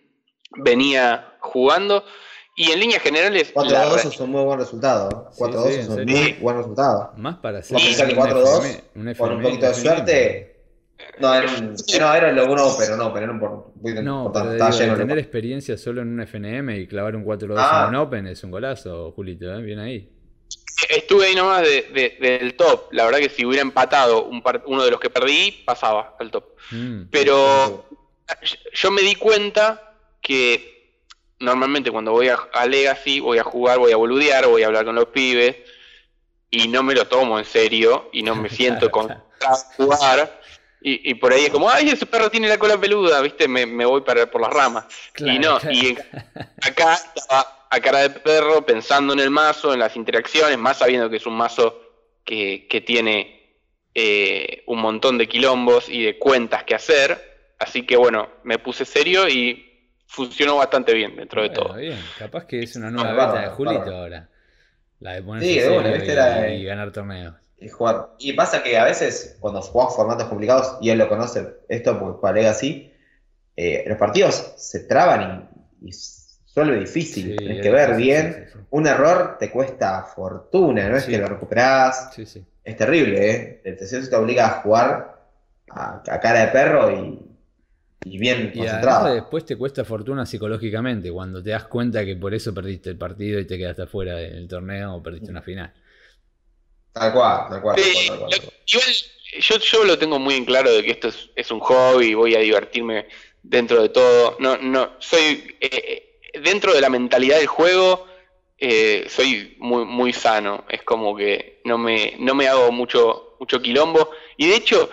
venía jugando. Y en líneas generales, cuatro la dos re- es un muy buen resultado. Sí, cuatro dos sí, es en un serio. muy buen resultado. Más para hacer Vos pensás que un cuatro dos, F M, un con un F M, poquito de F M. suerte. No, era un, no, era lo uno, pero no, pero era un por- muy No, importante. pero Estaba digo, de lleno de tener experiencia solo en un F N M y clavar un cuatro dos Ah. en un Open es un golazo, Julito, ¿eh? Bien ahí. estuve ahí nomás de- de- del top. La verdad que si hubiera empatado un par- uno de los que perdí, pasaba al top. Mm. Pero yo me di cuenta que normalmente cuando voy a, a Legacy, voy a jugar, voy a boludear, voy a hablar con los pibes, y no me lo tomo en serio, y no me siento Claro, concentrado a jugar, y, y por ahí es como, ay, ese perro tiene la cola peluda, ¿viste? Me, me voy para, por las ramas. Claro, y no, claro. y en- acá estaba a cara de perro pensando en el mazo, en las interacciones, más sabiendo que es un mazo que, que tiene eh, un montón de quilombos y de cuentas que hacer. Así que bueno, me puse serio y funcionó bastante bien dentro de Bueno, todo. bien. Capaz que es una nueva Ah, beta de bárbaro, Julito bárbaro. ahora. La de ponerse Sí, de serio una, ¿viste? y, Era, y eh, ganar torneos. Y jugar. Y pasa que a veces, cuando jugamos formatos complicados, y él lo conoce, esto porque para Legacy, eh, los partidos se traban y, y suele difícil. Sí, Tenés es que ver difícil, bien. sí, sí, sí. Un error te cuesta fortuna, no es Sí. que lo recuperás. Sí, sí. Es terrible, ¿eh? El T C S te obliga a jugar a, a cara de perro y, y bien Y concentrado. además después te cuesta fortuna psicológicamente cuando te das cuenta que por eso perdiste el partido y te quedaste afuera del torneo o perdiste una final. Tal cual, tal cual, tal Sí, cual, tal cual, lo- tal cual. igual yo, yo lo tengo muy en claro de que esto es, es un hobby, voy a divertirme dentro de todo. No, no, soy eh, dentro de la mentalidad del juego, eh, soy muy, muy sano. Es como que no me, no me hago mucho, mucho quilombo. Y de hecho,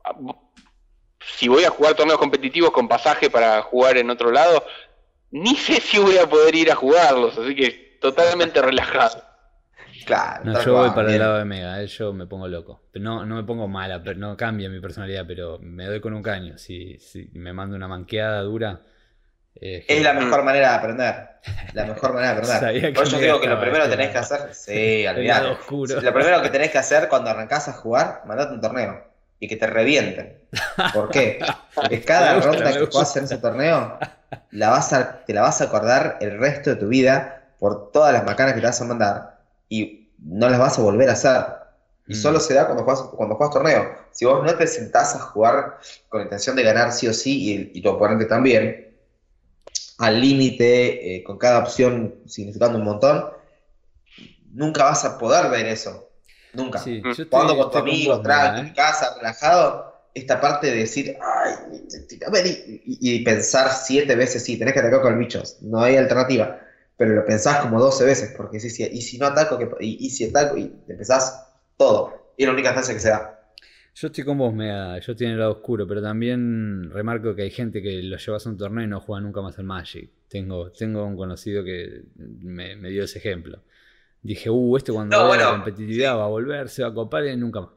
si voy a jugar torneos competitivos con pasaje para jugar en otro lado, ni sé si voy a poder ir a jugarlos, así que totalmente relajado. Claro, No, tal yo voy cual, para el bien. lado de Mega, eh, yo me pongo loco. Pero no, no me pongo mala, pero no cambia mi personalidad, pero me doy con un caño. Si, si me mando una manqueada dura. eh, Es la genial. mejor manera de aprender. La mejor manera de Sabía aprender. que Por eso me digo que lo gastaba primero que este tenés que lado. hacer. Sí, El olvidate. lado oscuro. Lo primero que tenés que hacer cuando arrancás a jugar, mandate un torneo. Y que te revienten. ¿Por qué? Porque cada Me gusta, ronda me que jugás gusta. en ese torneo, la vas a, te la vas a acordar el resto de tu vida por todas las macanas que te vas a mandar. Y no las vas a volver a hacer. Y Mm. solo se da cuando juegas, cuando juegas torneo. Si vos no te sentás a jugar con la intención de ganar sí o sí, y, y tu oponente también, al límite, eh, con cada opción significando un montón, nunca vas a poder ver eso. Nunca. Sí, yo estoy, Jugando con tu estoy con amigo, vos, tranqui, Mega, en ¿eh? casa, relajado, esta parte de decir, ay, a ver, y, y- y pensar siete veces, sí, tenés que atacar con bichos, no hay alternativa. Pero lo pensás como doce veces, porque sí, sí, y si no ataco, ¿qué pa- y, y si ataco, y empezás todo. Y es la única instancia que se da. Yo estoy con vos, Mega. Yo estoy en el lado oscuro, pero también remarco que hay gente que lo llevas a un torneo y no juega nunca más al Magic. Tengo, tengo un conocido que me, me dio ese ejemplo. Dije, uh, este cuando No, vea bueno, la competitividad sí. va a volver, se va a copar y nunca más.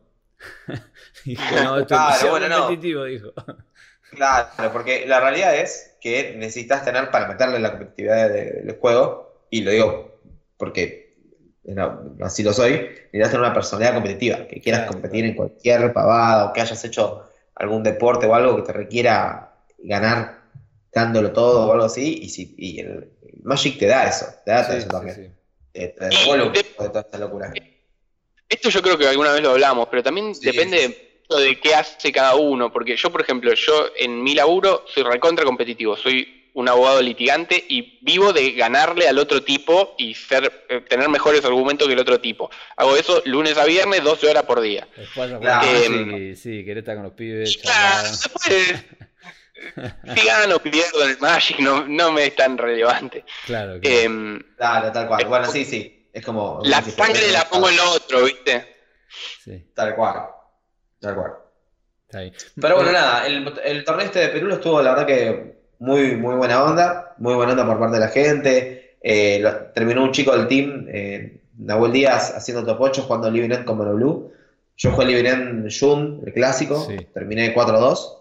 Dije, no, esto Claro, es demasiado bueno, no. competitivo, dijo. Claro, porque la realidad es que necesitas tener para meterle la competitividad de- del juego, y lo digo porque no, así lo soy, necesitas tener una personalidad competitiva, que quieras Claro, competir claro. en cualquier pavada, o que hayas hecho algún deporte o algo que te requiera ganar dándolo todo o algo así, y, si, y el Magic te da eso, te da Sí, eso sí, también. sí. Te, te Y devuelve un de- poco de toda esta locura. esto yo creo que alguna vez lo hablamos, pero también Sí, depende sí, de, de qué hace cada uno. Porque yo, por ejemplo, yo en mi laburo soy recontra competitivo, soy un abogado litigante y vivo de ganarle al otro tipo y ser, eh, tener mejores argumentos que el otro tipo. Hago eso lunes a viernes, doce horas por día. Después a jugar Claro, Magic Eh, y sí, querés estar con los pibes, y claro, charlar. después, si gano o pierdo en el Magic no, no me es tan relevante. Claro, claro. Eh, Claro, tal cual. Bueno, sí, sí. Es como. la como si sangre fuese- la pongo en lo otro, ¿viste? Sí, Tal cual. Tal cual. está ahí. Pero bueno, Eh, nada, el, el torneo este de Perú estuvo, la verdad que muy, muy buena onda, muy buena onda por parte de la gente. Eh, lo- terminó un chico del team, eh, Nahuel Díaz, haciendo top ocho, jugando Living End con Mono Blue. Yo jugué Living End June, el clásico, Sí. terminé cuatro dos.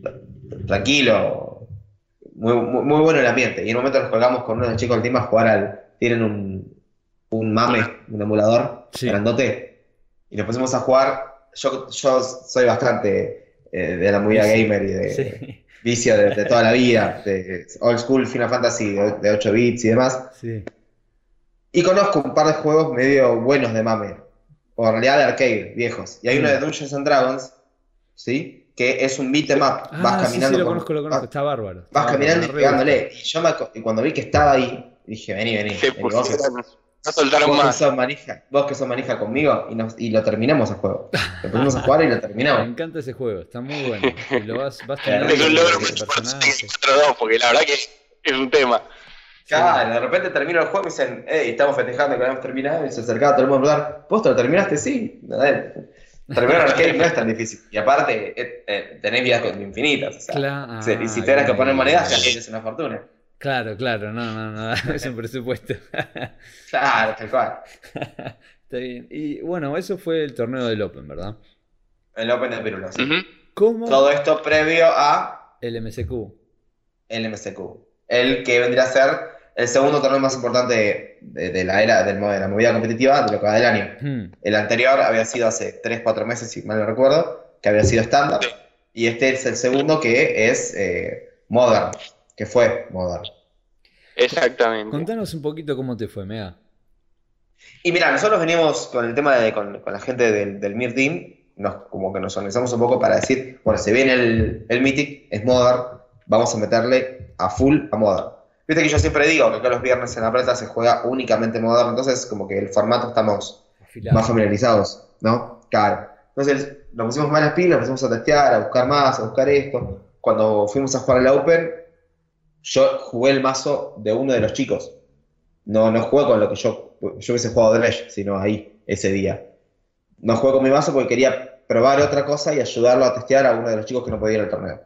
Tranquilo, muy, muy, muy bueno el ambiente. Y en un momento nos colgamos con uno de los chicos del team a jugar al. Tienen un, un mame, un emulador Sí. grandote, y nos pusimos a jugar. Yo, yo soy bastante eh, de la movida Sí. gamer y de Sí, vicio de, de toda la vida, de old school Final Fantasy de, de ocho bits y demás. sí. Y conozco un par de juegos medio buenos de mame, o en realidad de arcade, viejos. Y hay uno de Dungeons and Dragons, ¿sí? Que es un beat em up. Ah, Vas sí, caminando sí, lo con- conozco, lo conozco. vas- Está bárbaro. está Vas bárbaro, caminando me y re pegándole. Y yo me, aco- y cuando vi que estaba ahí, dije, vení, vení. Se vení, vos, que, pusieron, no soltaron vos que más. sos manija, vos que sos manija conmigo, y, nos- y lo terminamos el juego. Lo pusimos a jugar y lo Me terminamos. encanta ese juego, está muy bueno. Y lo vas, vas Eh, terminando Es un con logro el muy fuerte personaje. cuatro dos, porque la verdad que es un tema. Claro, de repente termino el juego y me dicen, hey, estamos festejando que lo hemos terminado, y se acercaba todo el mundo a hablar, ¿vos te lo terminaste? Sí. Dale. Terminar el arcade no es tan difícil. Y aparte, eh, eh, tenés vidas con- infinitas. O sea, Claro. si- y si tuvieras que poner bien. monedas, ya es una fortuna. Claro, claro, no, no, no, es un presupuesto. Claro, tal cual. Está bien. Y bueno, eso fue el torneo del Open, ¿verdad? El Open de Perú, sí. Ujú. ¿Cómo Todo esto previo a el M C Q? el M C Q. El que vendría a ser el segundo torneo más importante de, de la era del mo- de la movida competitiva de lo que va del año. Hmm, El anterior había sido hace tres cuatro meses, si mal no recuerdo, que había sido estándar. Sí. Y este es el segundo, que es eh, Modern, que fue Modern. Exactamente. Contanos un poquito cómo te fue, Mega. Y mira, nosotros venimos con el tema de con, con la gente del, del Mir Team, nos, como que nos organizamos un poco para decir, bueno, se viene el, el Mythic, es Modern, vamos a meterle a full a Modern. Viste que yo siempre digo que acá los viernes en La Plata se juega únicamente Modern, entonces como que el formato estamos Afilado. más familiarizados, ¿no? Claro. Entonces nos pusimos más las pilas, nos pusimos a testear, a buscar más, a buscar esto. Cuando fuimos a jugar al Open, yo jugué el mazo de uno de los chicos. No, no jugué con lo que yo, yo hubiese jugado Dredge, sino ahí, ese día. No jugué con mi mazo porque quería probar otra cosa y ayudarlo a testear a uno de los chicos que no podía ir al torneo.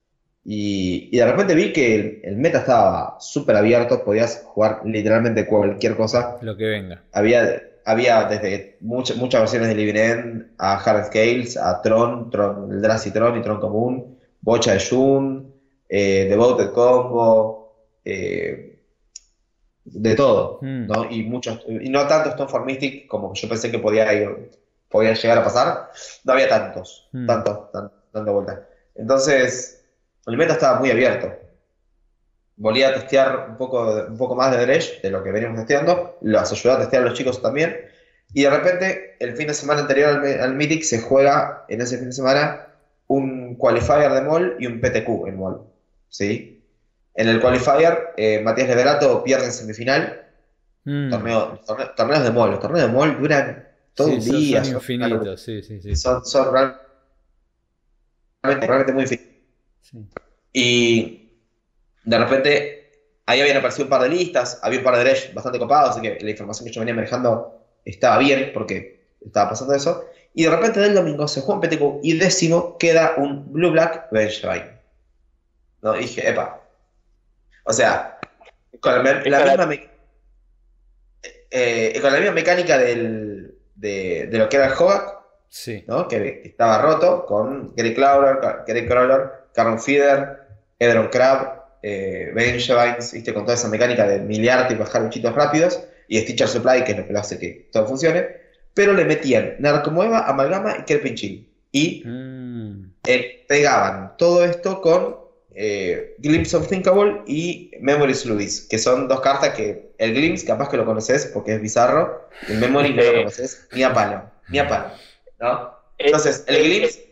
Y, y de repente vi que el, el meta estaba súper abierto, podías jugar literalmente cualquier cosa. Lo que venga. Había, había desde muchas muchas versiones de Living End a Hard Scales, a Tron, Tron el Drazi Tron y Tron Común, Bocha de Jun, eh, Devoted Combo, eh, de todo, Mm. ¿no? Y muchos, y no tanto Stone for Mystic como yo pensé que podía ir, podía llegar a pasar. No había tantos, Mm. tantos, tan- dando vueltas. Entonces, el meta estaba muy abierto. Volví a testear un poco, un poco más de Dredge, de lo que veníamos testeando, los ayudé a testear a los chicos también, y de repente, el fin de semana anterior al, al Mythic, se juega en ese fin de semana un Qualifier de Mol y un P T Q en Mol, ¿sí? En el Qualifier, eh, Matías Leverato pierde en semifinal, Mm. torneo, torneo- torneos de Mol, los torneos de Mol duran todo Sí, un son- día, son son- infinitos, sí, sí, sí. son, son realmente, realmente muy infinitos. Sí. Y de repente ahí habían aparecido un par de listas, había un par de Dredge bastante copados, así que la información que yo venía manejando estaba bien porque estaba pasando eso. Y de repente del domingo se juega un P T Q y décimo queda un Blue Black Vengevine. No, dije, epa. O sea, con la, la misma me- eh, con la misma mecánica del, de, de lo que era el Hogak, Sí. ¿no? Que estaba roto con Gary Crawler, Gary Crawler, Caron Feeder, Edron Crab, eh, Vengevines, ¿viste? Con toda esa mecánica de miliar y bajar bichitos rápidos, y Stitcher Supply, que es lo que lo hace que todo funcione, pero le metían Narcomoeba, Amalgama y Kerpinchil. Y Mm, eh, pegaban todo esto con eh, Glimpse of Thinkable y Memories Luis, que son dos cartas que el Glimpse capaz que lo conoces porque es bizarro, y el Memory no lo Sí. conoces ni a palo, ni a palo, ¿no? Eh, Entonces, el eh, Glimpse...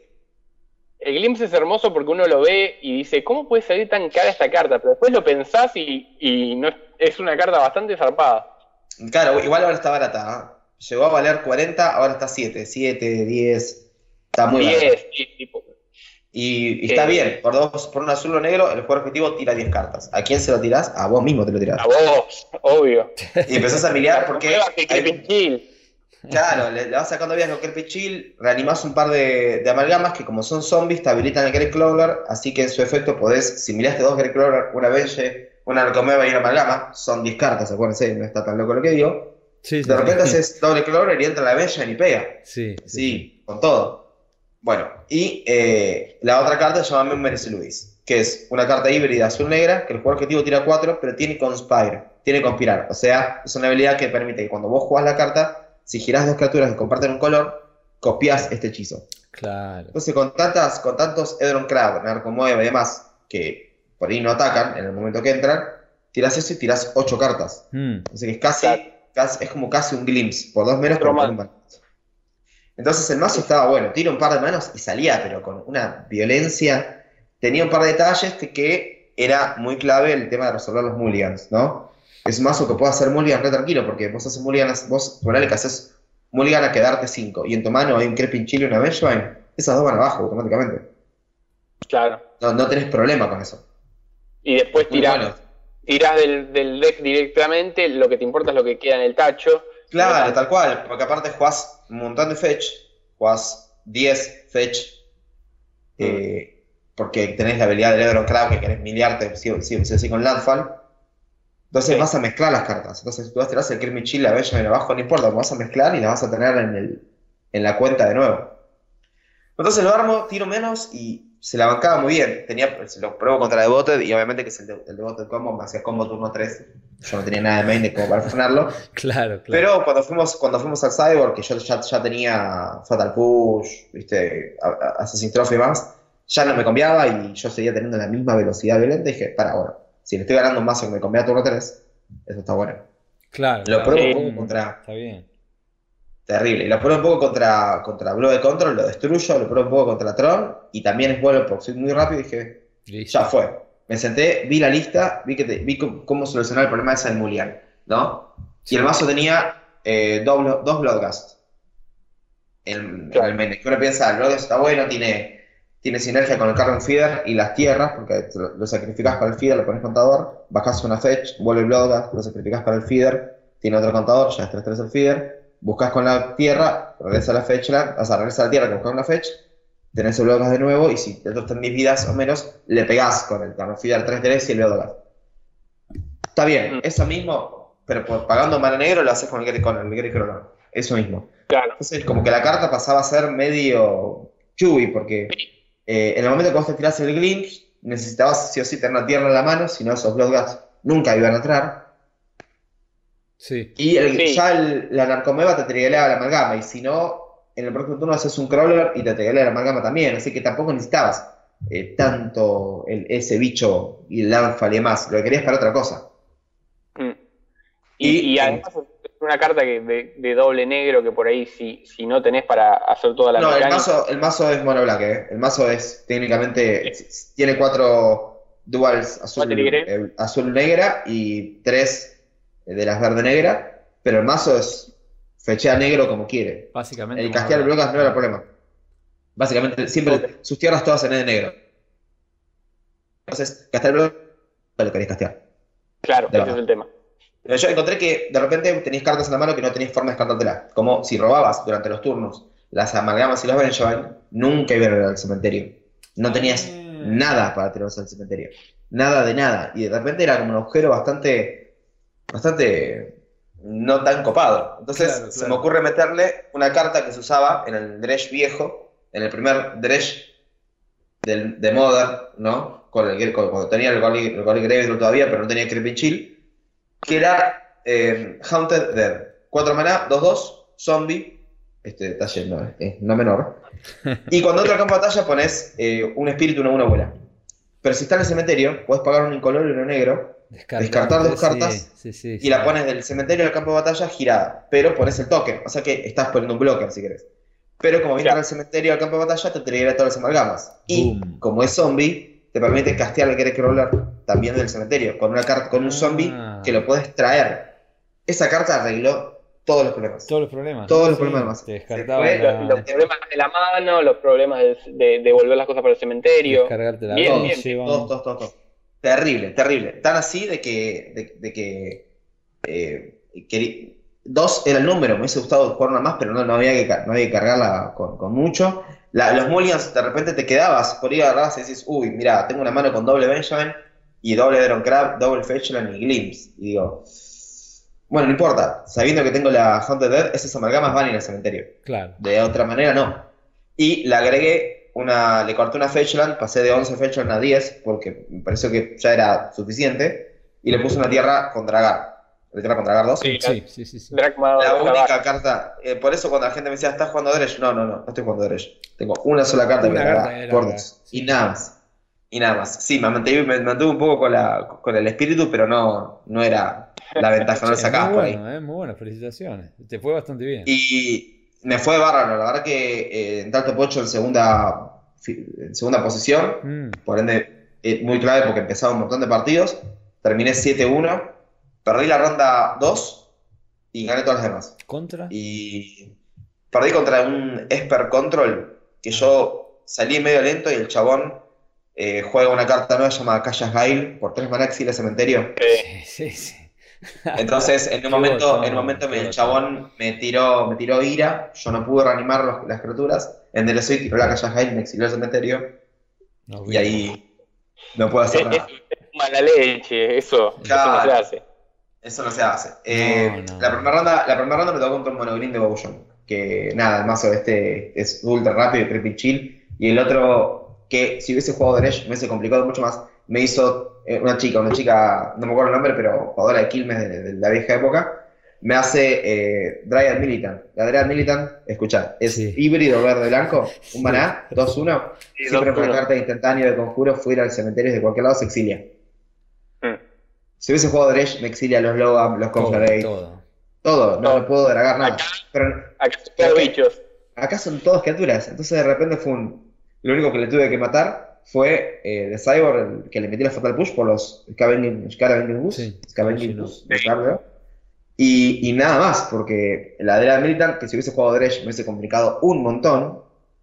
El Glimpse es hermoso porque uno lo ve y dice, ¿cómo puede salir tan cara esta carta? Pero después lo pensás y, y no es, es una carta bastante zarpada. Claro, igual ahora está barata, ¿eh? Llegó a valer cuarenta, ahora está siete, siete, diez, está muy barato. diez, sí, tipo. Y, y está Eh, bien, por dos, por un azul o negro, el jugador objetivo tira diez cartas. ¿A quién se lo tirás? A vos mismo te lo tirás. A vos, obvio. Y empezás a miliar porque... Prueba que hay- Kerpinchil. Claro, le, le vas sacando vidas con Kerpinchil, reanimás un par de, de amalgamas que como son zombies te habilitan el Grey Crawler, así que en su efecto podés, si miraste dos Grey Crawler, una Venge, una Narcomeba y una amalgama, son diez cartas, acuérdense, no está tan loco lo que digo. sí, sí, De repente sí. haces doble Crawler y entra la Venge y pega. Sí, sí, Sí, con todo. Bueno, y eh, la otra carta se llama Memories Luis, que es una carta híbrida azul-negra, que el jugador objetivo tira cuatro, pero tiene Conspire, tiene Conspirar. O sea, es una habilidad que permite que cuando vos jugás la carta, si girás dos criaturas que comparten un color, copias este hechizo. Claro. Entonces, con tantas, con tantos Edron Crab, Narcomoeba y demás, que por ahí no atacan en el momento que entran, tirás eso y tirás ocho cartas. Mm, Así que es casi, Claro. casi- es como casi un glimpse, por dos menos, Otro pero por más. un mana. Entonces el mazo estaba bueno, tira un par de manos y salía, pero con una violencia. Tenía un par de detalles que, que era muy clave el tema de resolver los mulligans, ¿no? Es un mazo que puede hacer mulligan re tranquilo, porque vos haces mulligan, vos ponele que haces mulligan a quedarte cinco, y en tu mano hay un Kerpinchil y una Vengevine, esas dos van abajo automáticamente. Claro. No, no tenés problema con eso. Y después Muy tirás, bueno. tirás del, del deck directamente, lo que te importa es lo que queda en el tacho. Claro, tal cual, porque aparte jugás un montón de fetch, jugás diez fetch, eh, porque tenés la habilidad del Edron Crab que querés miliarte sí, sí, sí, sí, con Landfall. Entonces Sí. vas a mezclar las cartas. Entonces tú vas a tirar el Kermit la Bella en abajo, no importa, vas a mezclar y las vas a tener en, el, en la cuenta de nuevo. Entonces lo armo, tiro menos y se la bancaba muy bien. Tenía, se lo pruebo contra Devoted y obviamente que es el, de, el Devoted combo, me hacía combo turno tres. Yo no tenía nada de main de como para frenarlo. claro, claro. Pero cuando fuimos, cuando fuimos al Cyborg, que yo ya, ya tenía Fatal Push, ¿viste? A- a- Assassin's Trophy y más, ya no me cambiaba y yo seguía teniendo la misma velocidad violenta y dije, para, bueno, si le estoy ganando un mazo que me conviene a turno tres, eso está bueno. Claro, Lo claro. pruebo Sí. un poco contra... Está bien. Terrible. Y lo pruebo un poco contra, contra Blue de Control, lo destruyo, lo pruebo un poco contra Tron, y también es bueno porque soy muy rápido y dije, Listo. ya fue. Me senté, vi la lista, vi, que te- vi cómo, cómo solucionar el problema ese del Mulligan, ¿no? Y el mazo tenía eh, dos, blo- dos Bloodgast en, Claro. en el main. Que uno piensa, el Bloodgast está bueno, tiene, tiene sinergia con el Carrion Feeder y las tierras, porque te lo, lo sacrificás para el Feeder, lo pones contador, bajás una fetch, vuelve el Bloodgast, lo sacrificás para el Feeder, tiene otro contador, ya es tres tres el Feeder, buscas con la tierra, regresa a la fetch, la, o sea, regresa a la tierra, buscas una fetch, tenés el Bloodgast de nuevo, y si dentro están diez vidas o menos, le pegás con el Carrion Feeder tres tres y el Bloodgast. Está bien, Mm. eso mismo, pero por, pagando mana negro lo haces con el Grey con el Grey Crawler, eso mismo. Claro. Entonces, como que la carta pasaba a ser medio chewy, porque eh, en el momento que vos te tirás el Glimpse, necesitabas sí o sí tener una tierra en la mano, si no esos Bloodgast nunca iban a entrar. Sí. Y el- Sí. ya el- la Narcomeba te triguelea la amalgama, y si no, en el próximo turno haces un Crawler y te triguelea la amalgama también, así que tampoco necesitabas eh, tanto el, ese bicho y el Landfall y demás, lo que querías para otra cosa. Mm. Y, Y- y además es una carta que de, de doble negro que por ahí si, si no tenés para hacer toda la No, el mecánica. mazo, el mazo es mono black, ¿eh? El mazo es técnicamente. Tiene cuatro duals azul, Cuatro y gray. eh, azul negra y tres de las verde negra. Pero el mazo es fechea negro como quiere. Básicamente. El castear el bloque no era problema. Básicamente, siempre Ok. sus tierras todas en E de negro. Entonces, castear el bloque lo querés castear. Claro, De ese baja. es el tema. Pero yo encontré que de repente tenías cartas en la mano que no tenías forma de descartártelas. Como si robabas durante los turnos las amalgamas y los Vengevine, nunca iban al cementerio. No tenías Mm. nada para tirarlos al cementerio. Nada de nada. Y de repente era como un agujero bastante. bastante no tan copado. Entonces Claro, se claro. me ocurre meterle una carta que se usaba en el Dredge viejo, en el primer Dredge del, de Modern, ¿no? Con el, con- cuando tenía el Golly, el Golly Graveyard todavía, pero no tenía Creeping Chill, que era eh, Haunted Dead. cuatro maná, dos dos, zombie, este detalle no, es no menor. Y cuando entra al campo de batalla pones eh, un espíritu, una una abuela. Pero si está en el cementerio, puedes pagar un incoloro y uno negro, descartar dos cartas Sí, sí, sí, y sí. la pones del cementerio al campo de batalla girada. Pero pones el token, o sea que estás poniendo un blocker si querés. Pero como viene Claro. al cementerio al campo de batalla, te triggerá todas las amalgamas. Y Boom. como es zombie, te permite castear el Greg Roller también del cementerio, con una carta, con un zombie Ah. que lo puedes traer. Esa carta arregló todos los problemas. Todos los problemas. Todos ¿no? los Sí, problemas más. Te Se descartaba fue la- Los, los problemas de la mano, los problemas de, de, devolver las cosas para el cementerio. descargarte la Bien, Todos, bien. Dogeban. todos, todos, todos, todos. Terrible, terrible. Tan así de que, de, de que eh, querí- dos era el número, me hubiese gustado jugar una más, pero no, no había que, ca- no había que cargarla con, con mucho. La- los mulligans, de repente te quedabas, por ahí agarrabas y decís, uy, mira, tengo una mano con doble Benjamin y doble Deron Crab, doble Fetchland y Glimpse. Y digo, bueno, no importa, sabiendo que tengo la Haunted Dead, esas amalgamas van a ir al cementerio. Claro. De otra manera no. Y le agregué una, le corté una Fetchland, pasé de once Fetchland a diez, porque me pareció que ya era suficiente, y le puse una tierra con Dragar. ¿La tierra con Dragar dos? Sí, Sí, sí, sí, sí. Dragma- La Dragma- única carta, eh, por eso cuando la gente me decía, ¿estás jugando Dredge? No, no, no, no estoy jugando Dredge. Tengo una sola carta Una que carta Dragar, que por Dragar, dos. sí. Y nada más. Y nada más. Sí, me mantuve, me mantuve un poco con, la, con el espíritu, pero no, no era la ventaja, no Che, lo sacabas muy por ahí. bueno, eh, muy bueno, felicitaciones. Te fue bastante bien. Y me fue bárbaro, la verdad que eh, en Talto Pocho en segunda, fi- en segunda posición, Mm, por ende eh, muy clave porque empezaba un montón de partidos, terminé siete uno, perdí la ronda dos y gané todas las demás. ¿Contra? Y perdí contra un Esper Control, que yo salí medio lento y el chabón eh, juega una carta nueva llamada Callas Gail por tres maná exila cementerio. Eh, Sí, sí, sí. Entonces, en un Qué momento, botón, en un momento me- qué el botón. chabón me tiró, me tiró ira, yo no pude reanimar los- las criaturas, enderezó y tiró la Callas Gail, me exilió el cementerio, Nos y vimos. ahí no puedo hacer es, nada. es mala leche, eso, eso no se Claro. hace. Eso no se hace. Eh, No, no. La primera ronda, la primera ronda me tocó contra un monogreen de Bouillon. Que nada, el mazo este es ultra rápido y creepy chill. Y el otro, que si hubiese jugado Dredge me hubiese complicado mucho más. Me hizo eh, una chica, una chica, no me acuerdo el nombre, pero jugadora de Quilmes de, de la vieja época. Me hace eh, Dryad Militant. La Dryad Militant, escuchad, es Sí. híbrido verde-blanco, Sí. un maná, dos uno. Sí, Siempre dos con la uno. carta instantánea de conjuro, fuera al cementerio de cualquier lado, se exilia. Mm. Si hubiese jugado Dredge, me exilia los Logam, los Todo, Confederate. todo. Todo, no, Todo. no puedo dragar nada. Pero Acá son Ok. bichos. acá son todas criaturas. Entonces de repente fue un. Lo único que le tuve que matar fue eh, de Cyborg, el que le metí la Fatal Push por los Scavenging Scavenging Bus. Sí, Scavenging sí, Bus, no. de Carveo. Y, y nada más, porque la de la Militant, que si hubiese jugado Dredge me hubiese complicado un montón.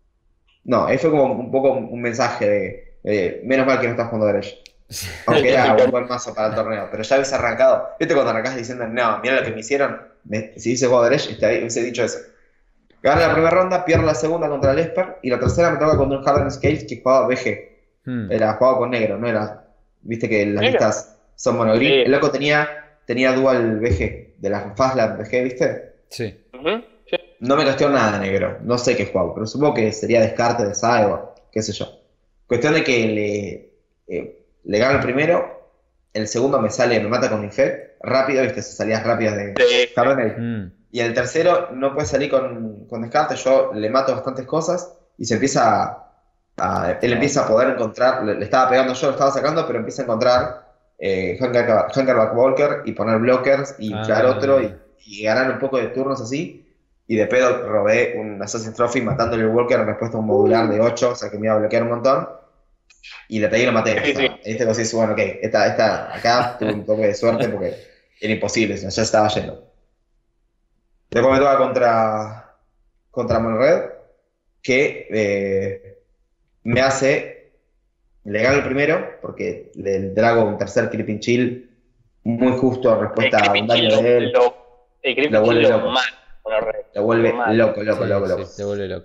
No, ahí fue como un poco un mensaje de, de, menos mal que no estás jugando Dredge. Aunque era un buen mazo para el torneo, pero ya hubiese arrancado. ¿Viste cuando arrancás diciendo, no, mira lo que me hicieron? Me- si hubiese jugado Dredge, este, hubiese dicho eso. Gané la primera ronda, pierdo la segunda contra el Esper, y la tercera me toca contra un Harden Scales que jugaba B G. Mm. Era jugado con negro, no era. Viste que las Negro. listas son monogreen. Sí. El loco tenía, tenía dual B G, de las Fastland B G, ¿viste? Sí. Ujú, sí. No me casteó nada negro, no sé qué jugaba, pero supongo que sería descarte de Cyborg, qué sé yo. Cuestión de que le, eh, le gano el primero, el segundo me sale, me mata con Infect, rápido, viste, esas salidas rápidas de Sí. Hardenade. Mm. Y el tercero no puede salir con, con descarte, yo le mato bastantes cosas y se empieza a, a- él empieza a poder encontrar, le, le estaba pegando yo, lo estaba sacando, pero empieza a encontrar eh, Hunker- Hunkerback Walker y poner blockers y Ah. inflar otro y, y ganar un poco de turnos así. Y de pedo robé un Assassin's Trophy matándole el Walker en respuesta a un modular de ocho, o sea que me iba a bloquear un montón. Y le pegué y lo maté. Sí, O sea, sí. este cosa dice, bueno, ok, esta, esta, acá tuve un toque de suerte porque era imposible, o sea, ya estaba yendo. Después me toca contra, contra Monred, que eh, me hace, le gano el primero, porque le trago un tercer Creeping Chill muy justo en El respuesta a un Creepy daño Chill de él. lo, el Creepy lo vuelve Chill lo loco. mata. Bueno, re- Lo vuelve mal. loco, loco, Sí, loco, sí, loco. te vuelve loco.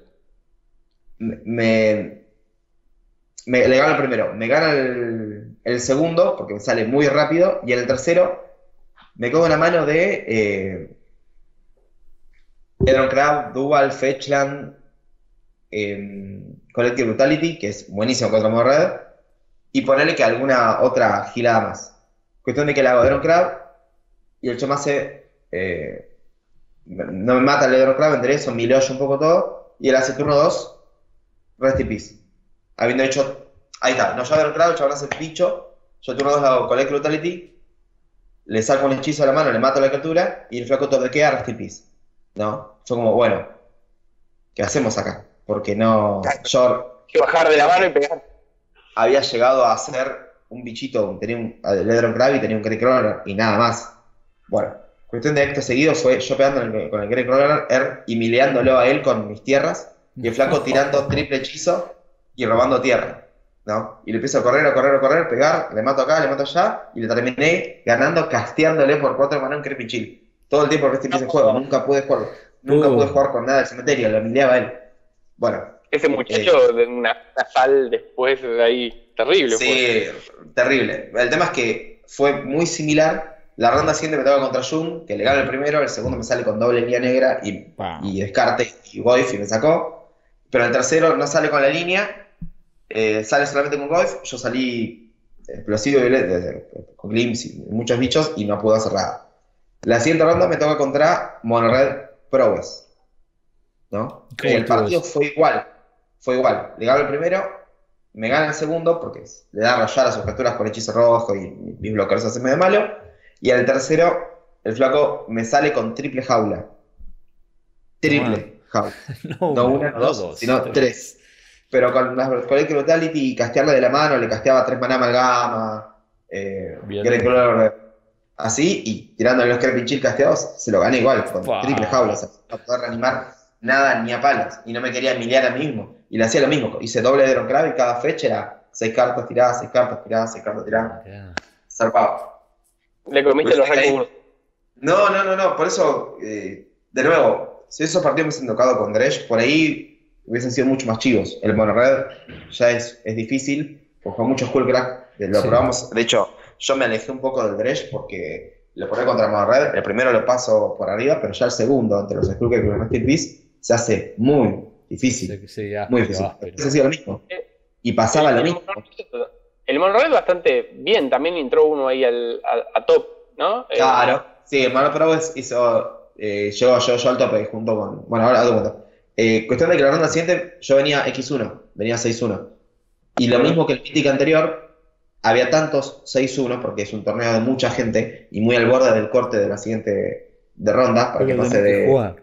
Me, me- le gano el primero, me gana el, el segundo, porque me sale muy rápido, y en el tercero me quedo con la mano de eh, Hedron Crab, Duval, Fetchland, eh, Collective Brutality, que es buenísimo contra Mono Red, y ponerle que alguna otra gilada más. Cuestión de que le hago Hedron Crab, y el choma hace... Eh, no me mata el Hedron Crab, enderezo, mileo un poco todo, y él hace turno dos, Rest in Peace. Habiendo hecho... Ahí está, no, yo Hedron Crab, el chabón hace el bicho, yo turno dos le hago Collective Brutality, le saco un hechizo a la mano, le mato la criatura, y el flaco todo de queda Rest in Peace. ¿No? Fue como, bueno, ¿qué hacemos acá? Porque no... Yo... Hay que bajar de la mano y pegar. Había llegado a hacer un bichito, tenía un Hedron Crab y tenía un Greycrawler y nada más. Bueno, cuestión de acto seguido fue yo pegando el, con el Greycrawler y mileándolo a él con mis tierras, y el flaco tirando triple hechizo y robando tierra, ¿no? Y le empiezo a correr, a correr, a correr, pegar, le mato acá, le mato allá, y le terminé ganando, casteándole por cuatro maná un Creepy Chill. Todo el tiempo que este empieza el juego, nunca pude jugar, nunca Uh. pude jugar con nada del cementerio, lo mileaba a él. Bueno. Ese muchacho de una, una sal después de ahí, terrible. Sí, fue. terrible. El tema es que fue muy similar. La ronda siguiente me toca contra Jun, que le gano el primero, el segundo me sale con doble línea negra y, Wow. y descarte y Goif y me sacó. Pero el tercero no sale con la línea, eh, sale solamente con Goif. Yo salí explosivo con Glimpse y muchos bichos y no pude hacer nada. La siguiente ronda me toca contra Mono Red Prowess, ¿no? ¿Cómo El estuvo partido eso? fue igual, fue igual. Le gano el primero, me gana el segundo porque le da rayar a sus capturas con hechizo rojo y mis bloqueos hacen medio malo. Y al tercero, el flaco me sale con triple jaula. Triple jaula. No, No una, no dos, sino tres. Pero con las Collective Brutality y castearla de la mano, le casteaba tres maná amalgama, eh, Bien. Greycrawler, así, y tirándole los Creepy Chill casteados, se lo gané igual, con Fua. triple jaula. O sea, no podía reanimar nada ni a palas, y no me quería miliar a mí mismo. Y le hacía lo mismo, hice doble de Hedron Crab y cada fecha era seis cartas tiradas, seis cartas tiradas, seis cartas tiradas. Ya. Zarpado. Le comiste los Pues, recursos. No, no, no, no, por eso, eh, de nuevo, si esos partidos me hubiesen tocado con Dredge, por ahí hubiesen sido mucho más chivos. El Mono Red ya es, es difícil, porque con mucho Skullcrack lo Sí. probamos. De hecho, yo me alejé un poco del Dredge porque lo probé contra Mono Red. El primero lo paso por arriba, pero ya el segundo, entre los Skullcrack y los Rest in Peace, se hace muy difícil. Sí, sí, ya, Muy qué difícil. áspero. Ese ha sido lo mismo. Y pasaba lo mismo. El Mono Red bastante bien, también entró uno ahí al, a, a top, ¿no? Eh, Claro, sí, el Mono Pro hizo, eh, llegó yo, yo al tope junto con, bueno, ahora doy cuenta. Eh, cuestión de que la ronda siguiente yo venía equis uno, venía seis uno. Y lo mismo que el Mythic anterior, había tantos seis uno, porque es un torneo de mucha gente y muy al borde del corte de la siguiente de ronda, para que Pero pase tenés que de... jugar.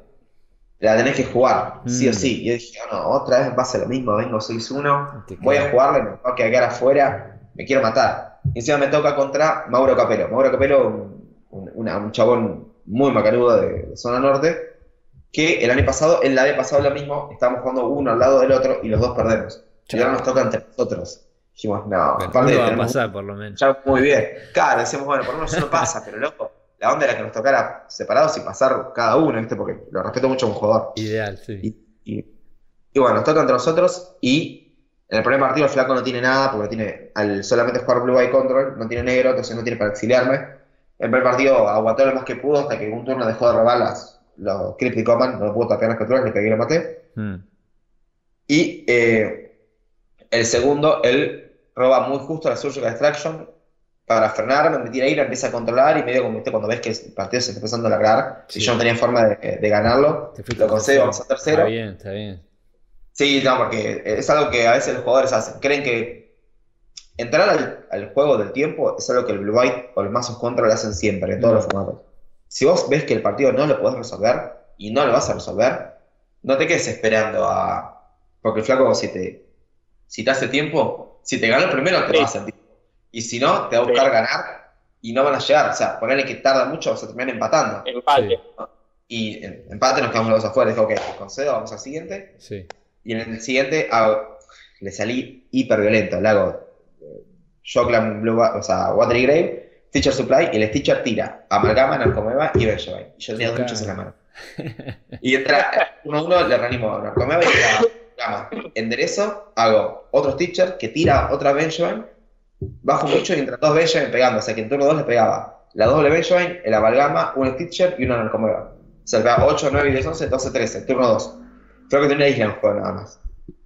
La tenés que jugar, sí o Mm. sí. Y yo dije, oh, no, otra vez pasa lo mismo, vengo seis uno, Te voy queda. a jugarle, me tengo que quedar afuera, me quiero matar. Y encima me toca contra Mauro Capello. Mauro Capello, un, un, una- un chabón muy macanudo de, de zona norte, que el año pasado, en la de pasado lo mismo, estábamos jugando uno al lado del otro y los dos perdemos. Y ahora nos toca entre nosotros. Dijimos, no, Bueno, aparte uno va a tenemos- pasar por lo menos. ya muy bien. Claro, decíamos, bueno, por lo menos uno pasa, pero loco, la onda era que nos tocara separados y pasar cada uno, ¿viste? Porque lo respeto mucho a un jugador. Ideal, sí. Y, y- y bueno, nos toca entre nosotros y en el primer partido el flaco no tiene nada porque tiene, al solamente jugar Blue Eye Control, no tiene negro, entonces no tiene para exiliarme. El primer partido aguantó lo más que pudo hasta que un turno dejó de robar las, los Cryptic Command, no pudo tapear las capturas, le pegué y lo maté. Mm. Y eh, el segundo, él roba muy justo la Surgical Extraction para frenarme, me tira ahí, la empieza a controlar y medio como viste cuando ves que el partido se está empezando a alargar Sí. y yo no tenía forma de, de ganarlo, Te fuiste lo al concedo, tercero. vamos a tercero. Está bien, está bien. Sí, no, porque es algo que a veces los jugadores hacen. Creen que entrar al, al juego del tiempo es algo que el Blue White o el Mazos Control hacen siempre, en todos Mm. los formatos. Si vos ves que el partido no lo podés resolver y no lo vas a resolver, no te quedes esperando a... Porque el flaco, si te, si te hace tiempo, si te ganó primero, te Sí. va a hacer tiempo. Y si no, te va a buscar Sí. ganar y no van a llegar. O sea, ponerle que tarda mucho, vas a terminar empatando. Empate. Y en empate nos quedamos los dos afuera. Dijo, ok, concedo, vamos al siguiente. Sí. Y en el siguiente hago, le salí hiper violento. Le hago eh, Shockland Blue, o sea, Watery Grave, Stitcher Supply, y el Stitcher tira Amalgama, Narcomeba y Vengevine. Y yo tenía dos bichos en la mano. Y entra uno a uno, le reanimo Narcomeba y tira Gama. Enderezo, hago otro Stitcher que tira otra Vengevine, bajo un bicho y entre dos Vengevine pegando. O sea que en turno dos le pegaba la doble benchline, el amalgama, un stitcher y una narcomega. O sea, le pegaba ocho, nueve, diez, once, doce, trece, turno dos. Creo que tenía isla en juego nada más.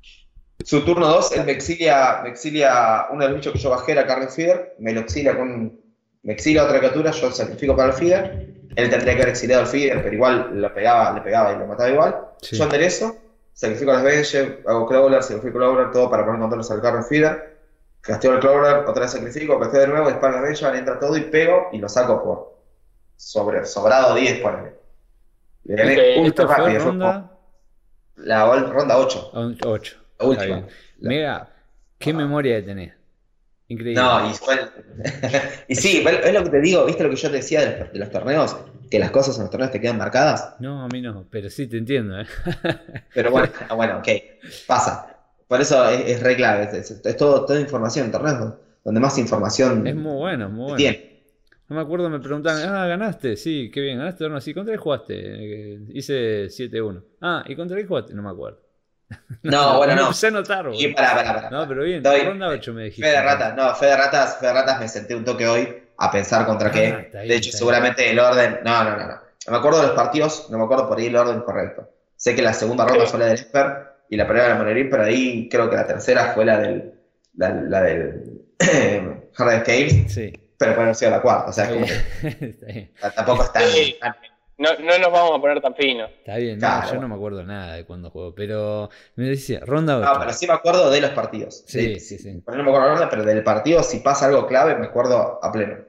Su turno dos, él me exilia, me exilia uno de los bichos que yo bajé, era Carne Feeder, me lo exilia con. Me exilia otra criatura, yo sacrifico para el feeder. Él tendría que haber exiliado al feeder, pero igual lo pegaba, le pegaba y lo mataba igual. Sí. Yo enderezo, sacrifico las benches, hago crawler, sacrifico crawler, todo para poner controles al Carne Feeder. Casteo el crawler, otra vez sacrifico, casteo de nuevo, disparo las benches, entra todo y pego y lo saco por sobre, sobrado diez, ponele. Le gané Ok. ultra ¿Esto fue rápido. fue ronda? La vol- ronda ocho. ocho. La última. La- Mira, qué memoria tenés. Increíble. No, y, igual- y sí, igual- es lo que te digo, ¿viste lo que yo te decía de los, de los torneos? Que las cosas en los torneos te quedan marcadas. No, a mí no, pero sí te entiendo, ¿eh? Pero bueno, ah, bueno, ok, pasa. Por eso es, es re clave, es, es- es todo, toda información en torneos donde- donde más información Es muy bueno, muy bueno. tiene. No me acuerdo, me preguntaban, ah, ganaste, sí, qué bien, ganaste o no, sí, ¿contra qué jugaste? Eh, hice siete uno. Ah, ¿y contra qué jugaste? No me acuerdo. No, bueno, Me no. empecé a notar, Y boludo. pará, pará, pará. No, pero bien, Estoy- ronda ocho me dijiste. Fe de ratas, no, fe de ratas, fe de ratas me senté un toque hoy a pensar contra Ah, qué. está bien, De hecho, está seguramente el orden. No, no, no, no. No me acuerdo de los partidos, no me acuerdo por ahí el orden correcto. Sé que la segunda ronda fue la del Esper y la primera de la Monerín, pero ahí creo que la tercera fue la del. La, la del. Hard Scales, Sí. pero puede haber sido la cuarta. O sea, es Está como bien. que Está bien. tampoco es tan. Sí. tan- No, no nos vamos a poner tan finos. Está bien, no, Claro. yo no me acuerdo nada de cuando juego, pero me decía, ronda ocho. No, pero sí me acuerdo de los partidos. Sí, De- sí, sí. por ahí no me acuerdo la ronda, pero del partido, si pasa algo clave, me acuerdo a pleno.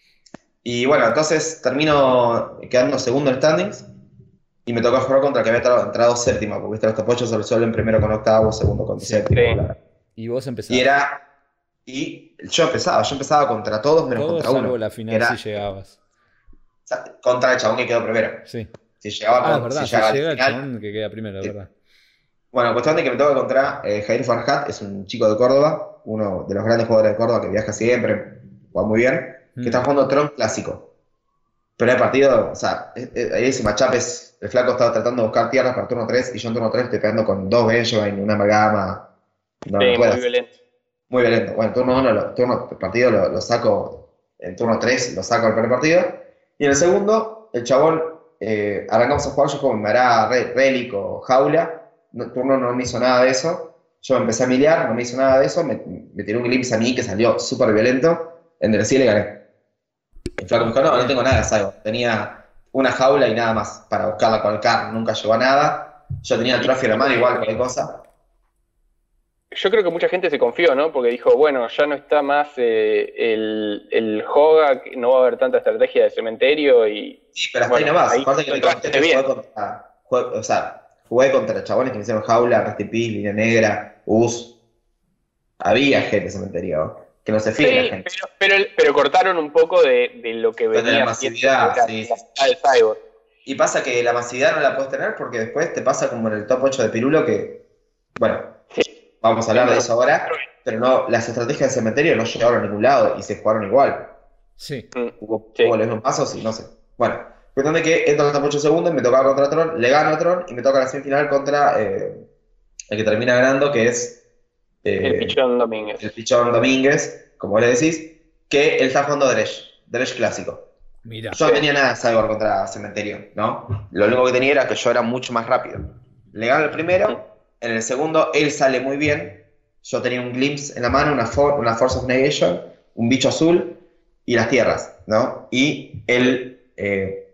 Y bueno, entonces termino quedando segundo en standings y me tocó jugar contra el que había entrado, entrado séptimo, porque viste, los topochos se resuelven primero con octavo, segundo con Sí. séptimo. Sí. bla, bla. Y vos empezás. Y era. Y yo empezaba, yo empezaba contra todos menos todo contra salvo uno. la final Era- si llegabas. o sea, contra el chabón que quedó primero. Sí. Si llegaba Ah, con, es verdad, si si llegaba al llega el final- chabón que queda primero, es Sí. verdad. Bueno, cuestión de que me toca contra eh, Jair Farhat, es un chico de Córdoba, uno de los grandes jugadores de Córdoba que viaja siempre, juega muy bien, que Mm. está jugando Tron clásico. Pero el partido, o sea, eh, eh, ahí ese matchup es, el flaco estaba tratando de buscar tierras para turno tres y yo en turno tres estoy pegando con dos Benjamin, una amalgama. No, Sí, no muy puedo. violento. Muy violento. Bueno, en turno uno, lo, turno, el partido lo, lo saco, en turno tres lo saco al primer partido. Y en el segundo, el chabón, eh, arrancamos a jugar, yo como me hará re, Relic o Jaula. No, turno no me hizo nada de eso. Yo me empecé a miliar, no me hizo nada de eso. Me, me tiró un glimpse a mí que salió súper violento. Enderecí y le gané. El flaco me dijo, no, no tengo nada de Cyber. Tenía una jaula y nada más para buscarla con el car. Nunca llegó a nada. Yo tenía el trofeo en la mano, igual, cualquier cosa. Yo creo que mucha gente se confió, ¿no? Porque dijo, bueno, ya no está más eh, el, el Hoga, no va a haber tanta estrategia de cementerio y... Sí, pero hasta Bueno, ahí nomás. ahí Aparte que lo le conté que entraste bien. jugué contra, jugué- o sea, jugué contra chabones que me hicieron jaula, Rest in Peace, Línea Negra, U S. Había gente en cementerio. Que no se fije la Sí, gente. pero, pero, pero cortaron un poco de, de lo que Pero de la venía masividad, siendo sí, la, sí, la, del Cyborg. Y pasa que la masividad no la puedes tener porque después te pasa como en el top ocho de Pirulo que, bueno, Sí. vamos a hablar de eso ahora, pero no, las estrategias de cementerio no llegaron a ningún lado y se jugaron igual. Sí. Mm. Hubo, Sí. hubo los mismos pasos y no sé. Bueno, cuestión de que entro en el top ocho segundos y me tocaba contra Tron, le gano a Tron y me toca la semifinal contra eh, el que termina ganando, que es eh, El Pichón Domínguez. el Pichón Domínguez, como le decís, que él está jugando Dredge, Dredge clásico. Mira. Yo no Sí. tenía nada de Cyborg contra Cementerio, ¿no? Lo único que tenía era que yo era mucho más rápido. Le gano el primero, en el segundo él sale muy bien. Yo tenía un glimpse en la mano, una, for- una Force of Negation, un bicho azul y las tierras, ¿no? Y él eh,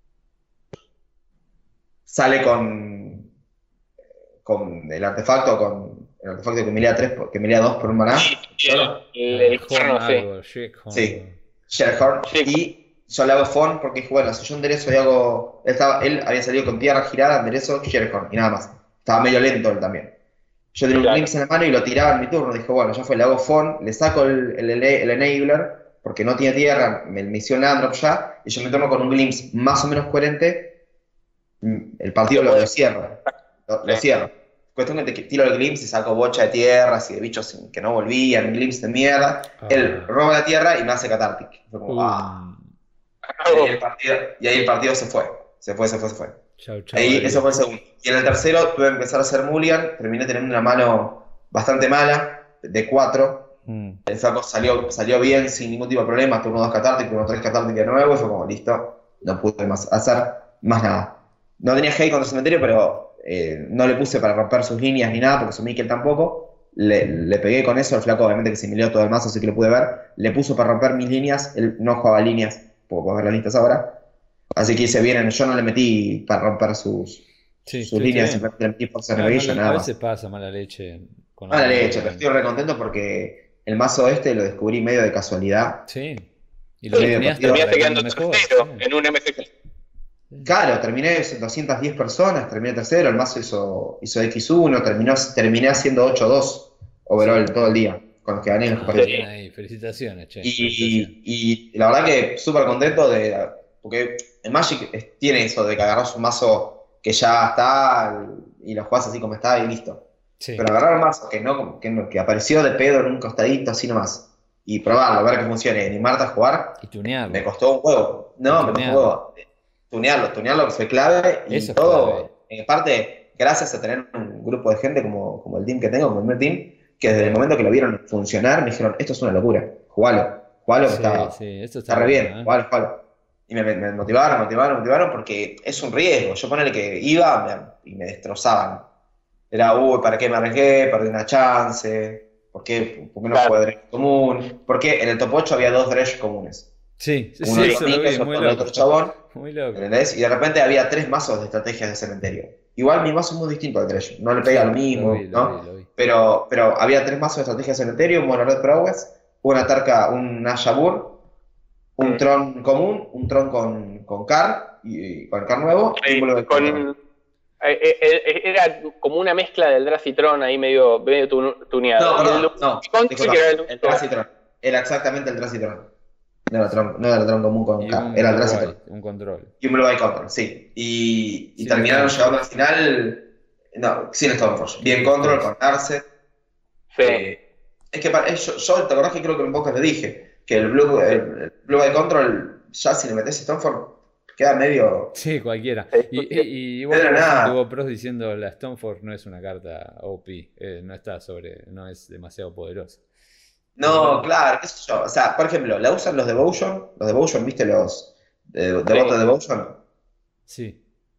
sale con, con el artefacto, con el artefacto que milea tres, por- que milea dos por un maná. Yo no. El, el Horn cuerno, sí. algo, shit, horn. Sí. Sherhorn, Sí. y yo le hago Fon porque dije, bueno, si yo enderezo y hago. Él, estaba, él había salido con tierra girada, enderezo Sherhorn y nada más. Estaba medio lento él también. Yo tenía un Claro. glimpse en la mano y lo tiraba en mi turno. Dije, bueno, ya fue, le hago Fon, le saco el, el, el enabler porque no tiene tierra, me, me hicieron landrop ya, y yo me turno con un glimpse más o menos coherente. mm, El partido lo, lo cierro. Lo, lo Sí. cierro. Cuestión que te tiro el glimpse y saco bocha de tierras y de bichos que no volvían, glimpse de mierda. Ah. Él roba la tierra y me hace Cathartic. Fue como, Uh, ah. Y ahí, el partido, y ahí el partido se fue. Se fue, se fue, se fue. chau, chau, Ahí, adiós. eso fue el segundo. Y en el tercero tuve que empezar a hacer Mulligan. Terminé teniendo una mano bastante mala, de cuatro. Mm. El flaco salió, salió bien sin ningún tipo de problema, turno dos catártico, turno tres catártico de nuevo, y fue como, listo, no pude más hacer más nada. No tenía hate contra el cementerio, pero eh, no le puse para romper sus líneas ni nada, porque su Mikkel tampoco. Le, le pegué con eso, el flaco obviamente que se me lió todo el mazo, así que lo pude ver. Le puso para romper mis líneas, él no jugaba líneas, puedo ver las listas ahora. Así que hice bien, yo no le metí para romper sus, Sí, sus sí, líneas, sí. simplemente le metí Force Ah, Revelation, mala- nada a más. veces pasa mala leche con Mala algo leche, que- pero estoy re contento porque el mazo este lo descubrí medio de casualidad. Sí. Y lo Sí, terminaste terminaste Terminaste practicando quedando mejor. tercero Sí. en un M C Q. Claro, terminé doscientas diez personas, terminé tercero, el mazo hizo, hizo equis uno, terminó, terminé haciendo ocho dos overall todo el día, con los que gané en el Ah, partido. bien ahí, felicitaciones, che. felicitaciones. Y, y la verdad que súper contento de. Porque el Magic es- tiene eso de que agarrás un mazo que ya está y lo jugás así como está y listo. Sí. Pero agarrar un mazo que, no, que, no- que apareció de pedo en un costadito así nomás y probarlo, ver que funcione, animarte a jugar, Y tunearlo. me costó un huevo. No, me costó un Tunearlo. huevo. Tunearlo, tunearlo que fue clave y Eso es todo. clave. En parte, gracias a tener un grupo de gente como, como el team que tengo, como el primer team, que desde el momento que lo vieron funcionar me dijeron, esto es una locura, jugalo, jugalo que Sí, está, sí, esto está está re bueno, bien, ¿eh? jugalo, jugalo. Y me, me- me motivaron, motivaron, motivaron porque es un riesgo. Yo ponele que iba me- y me destrozaban. Era, uy, ¿para qué me arriesgué? Perdí una chance. ¿Por qué, ¿Por qué no Claro. jugué Dredge común? Porque en el top ocho había dos Dredge comunes. Sí, sí, Uno sí, de eso lo Nick, vi, otro muy con otro loco. chabón. Muy loco. ¿Entendés? Y de repente había tres mazos de estrategias de cementerio. Igual mi mazo es muy distinto al Dredge. No le pega Sí, lo mismo, lo vi, lo ¿no? vi, lo vi. Pero, pero había tres mazos de estrategia de cementerio, un Mono Red Prowess, una Tarka, un Ashabur, un Mm. Tron común, un Tron con, con Car, y, y con Car nuevo, y Sí, un Bolo de Control. con, eh, eh, eh, era como una mezcla del Dracitron ahí medio, medio tu- tuneado. No, Y el perdón, no, Control, disculpa, que era el- el Dracitron. Era exactamente el Dracitron. No era, Tron, no era el Tron común con Y Car, un era el Blue Dracitron. White, un control. Y un Blue Eye Control, sí. Y, y Sin terminaron Stormforge. llegando al final. No, sin Stormforge. Bien Control, con Arce. Sí. Eh, es que para, yo, yo, te acordás que creo que en pocas le dije que el Blue, el, el Blue Eye Control, ya si le metes Stormforge, queda medio. Sí, cualquiera. Sí, Y, cualquiera. y, y igual Pero por nada. ejemplo, hubo pros diciendo la Stoneforge no es una carta O P, eh, no está sobre, no es demasiado poderosa. No, claro, qué sé yo. O sea, por ejemplo, la usan los Devotion. Los Devotion, ¿viste? Los de, devotos de Devotion. Sí,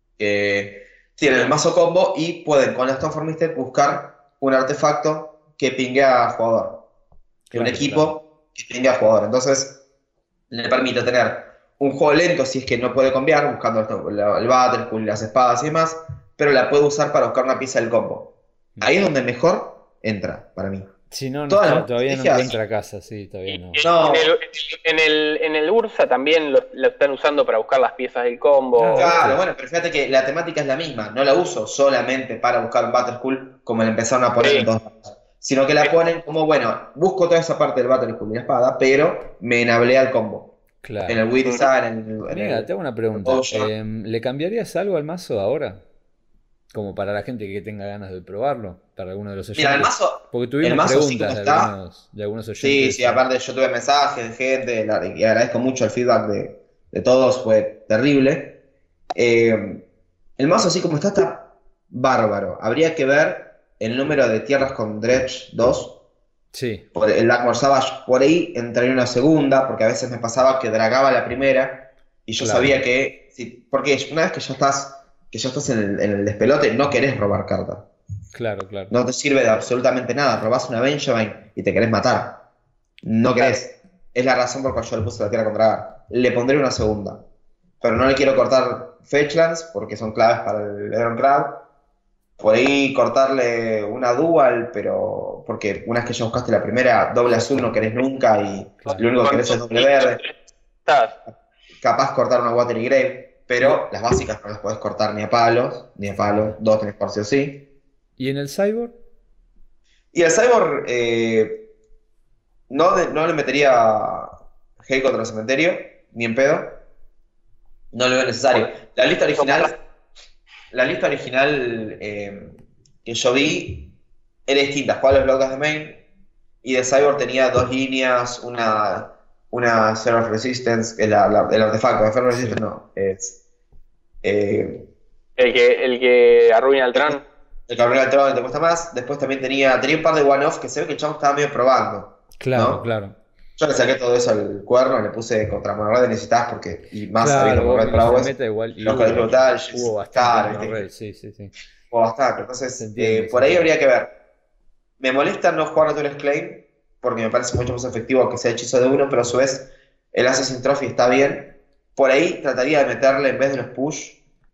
Que tienen el mazo combo y pueden con la Stormforge Mystic buscar un artefacto que pinguea a jugador. Que un Claro, equipo que pinguea a jugador. Entonces, le permite tener un juego lento si es que no puede cambiar, buscando el, el Battle Pool, las espadas y demás, pero la puede usar para buscar una pieza del combo. Ahí es donde mejor entra, para mí. si no, no Todas está- las todavía no estrategias- encuentra casa, sí, todavía no. Y No. En, el, en, el, en el Ursa también lo, lo están usando para buscar las piezas del combo. Claro. Claro, sí. bueno, pero fíjate que la temática es la misma. No la uso solamente para buscar un Battle Pool como le empezaron a poner Sí. en todos lados. Sino que la ponen como, bueno, busco toda esa parte del Battle Pool y la espada, pero me enablé al combo. Claro. En el Wii Design, en el. en Mira, el- te hago una pregunta. Devotion. Em, ¿le cambiarías algo al mazo ahora? Como para la gente que tenga ganas de probarlo, para alguno de los oyentes. Mira, el mazo. Porque tuvimos el mazo sí preguntas como de, está. algunos, de algunos oyentes. Sí, sí, aparte yo tuve mensajes de gente la- y agradezco mucho el feedback de, de todos, fue terrible. Eh, el mazo así como está, está bárbaro. Habría que ver el número de tierras con Dredge dos. Sí, Por el Blackmore Savage, por ahí entraría una segunda, porque a veces me pasaba que dragaba la primera y yo Claro. sabía que, sí, porque una vez que ya estás, que ya estás en el, en el despelote, no querés robar carta. claro, claro. No te sirve de absolutamente nada. Robás una Benjamin y te querés matar. No querés. Es la razón por la cual yo le puse la tierra con dragar. Le pondré una segunda. Pero no le quiero cortar Fetchlands porque son claves para el Edron Crab. Por ahí cortarle una dual, pero porque una vez que ya buscaste la primera, doble azul no querés nunca y Claro. lo único que querés es doble verde. Estás. Capaz cortar una Watery Grave, pero las básicas no las podés cortar ni a palos, ni a palos, dos tenés por sí o sí. ¿Y en el Cyborg? Y el Cyborg, eh, no, de- no le metería hate contra el cementerio, ni en pedo. No lo veo necesario. La lista original, la lista original eh, que yo vi era distinta. Jugaba los bloques de main y de Cyborg tenía dos líneas, una, una Zero of Resistance, el, la- el artefacto de Zero of Resistance, no, es eh, El que, el que arruina el Tron. el cabrón del trono te cuesta más. Después también tenía, tenía un par de one-off que se ve que el chavo estaba medio probando. Claro, ¿no? claro. Yo le saqué todo eso al cuerno, le puse contra Monorred necesitas porque, y más sabiendo Claro, Monorred y la Prowess, meta igual, y los colegios hubo, brutales, hubo bastante claro, con ¿viste? red, sí, sí, sí. O bastante. Se Entonces, entiende, eh, se por ahí entiende. habría que ver. Me molesta no jugar Notorious Claim, porque me parece mucho más efectivo que sea hechizo de uno, pero a su vez el Assassin Trophy está bien. Por ahí trataría de meterle, en vez de los push,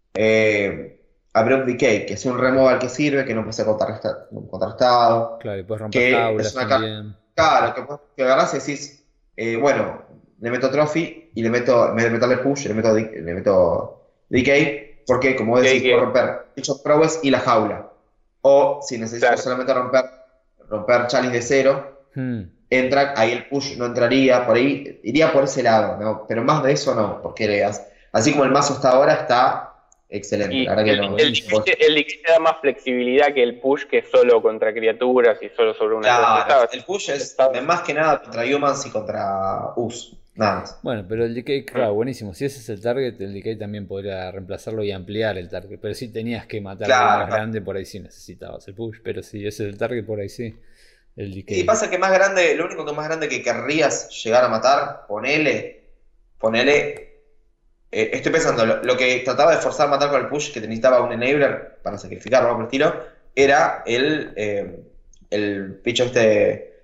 eh, Abrupt Decay, que es un removal que sirve, que no puede ser contrarresta- contrarrestado, Claro, y puedes romper que es jaulas una carta, también. claro, que, que agarrás y decís, eh, bueno, le meto Trophy y le meto, en vez de meterle push, le meto, di- le meto Decay, porque como vos decís, Que- puedo que- romper Hecho Prowess y la jaula. O si necesito Claro. solamente romper, romper challenge de cero, Hmm. entra, ahí el push no entraría, por ahí iría por ese lado, ¿no? Pero más de eso no, porque le das- así como el mazo está ahora, está excelente. Y La verdad que el, no. el, el decay te da más flexibilidad que el push, que es solo contra criaturas y solo sobre una cosa. Claro, Está- el push es está- más que nada contra humans y contra U S, nada más. Bueno, pero el decay, claro, buenísimo. Si ese es el target, el decay también podría reemplazarlo y ampliar el target. Pero si tenías que matar Claro, algo más claro. grande, por ahí sí necesitabas el push. Pero si ese es el target, por ahí sí. El decay. Y pasa que más grande, lo único que más grande que querrías llegar a matar, ponele, ponele. eh, estoy pensando, lo, lo que trataba de forzar a matar con el push, que necesitaba un enabler para sacrificarlo, algo por el estilo, era el, eh, el bicho este,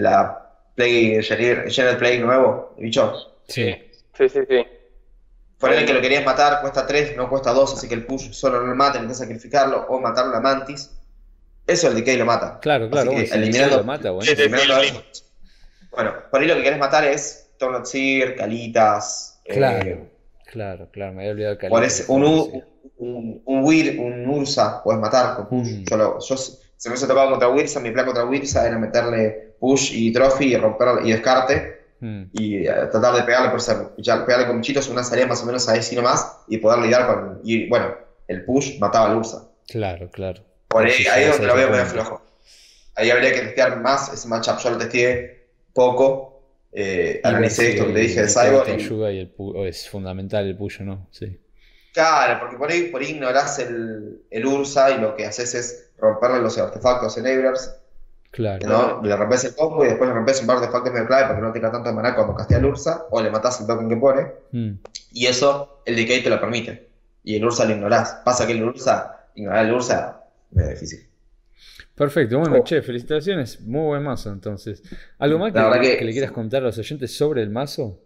la Play, General Play nuevo, el bicho. Sí. Sí, sí, sí. Ponele que lo querías matar, cuesta tres, no cuesta dos, así que el push solo no lo mata, necesitas sacrificarlo o matarlo a la mantis. Eso el decay lo mata. Claro, claro. Así que bueno, si el eliminando- decay lo mata, bueno. Sí, sí. eliminando a eso. Bueno, por ahí lo que querés matar es Tornotzir, Calitas. eh, Claro, claro, claro. Me había olvidado que Ponés un, U- un, un, Wir- un Ursa, puedes matar con push. Mm. Yo, lo- yo se me hubiese tocado contra Wirsa, mi plan contra Wirsa era meterle push y trophy y romper y descarte Hmm. y eh, tratar de pegarle por ser, ya, pegarle con bichitos una salida más o menos a ese nomás y poder lidiar con. Y bueno, el push mataba al Ursa. Claro, claro. Por ahí, Sí, ahí sí, es sí, donde lo sí, veo sí. medio flojo. Ahí habría que testear más ese matchup. Yo lo testeé poco. Eh, Y analicé ver esto si que te dije de el decay Cyborg. te y- ayuda y el pu- o es fundamental el push, ¿no? Sí. Claro, porque por ahí, por ahí ignorás el, el Ursa y lo que haces es romperle los artefactos enablers, Claro. ¿no? Le rompes el combo y después le rompes un par de artefactos medio clave porque no tenga tanto maná cuando castea el Ursa, o le matás el token que pone, Hmm. y eso el decay te lo permite. Y el Ursa lo ignorás. Pasa que el Ursa, ignorar el Ursa, es medio difícil. Perfecto, bueno, Oh. che, felicitaciones, muy buen mazo entonces. ¿Algo más que, La verdad que que- le quieras contar a los oyentes sobre el mazo?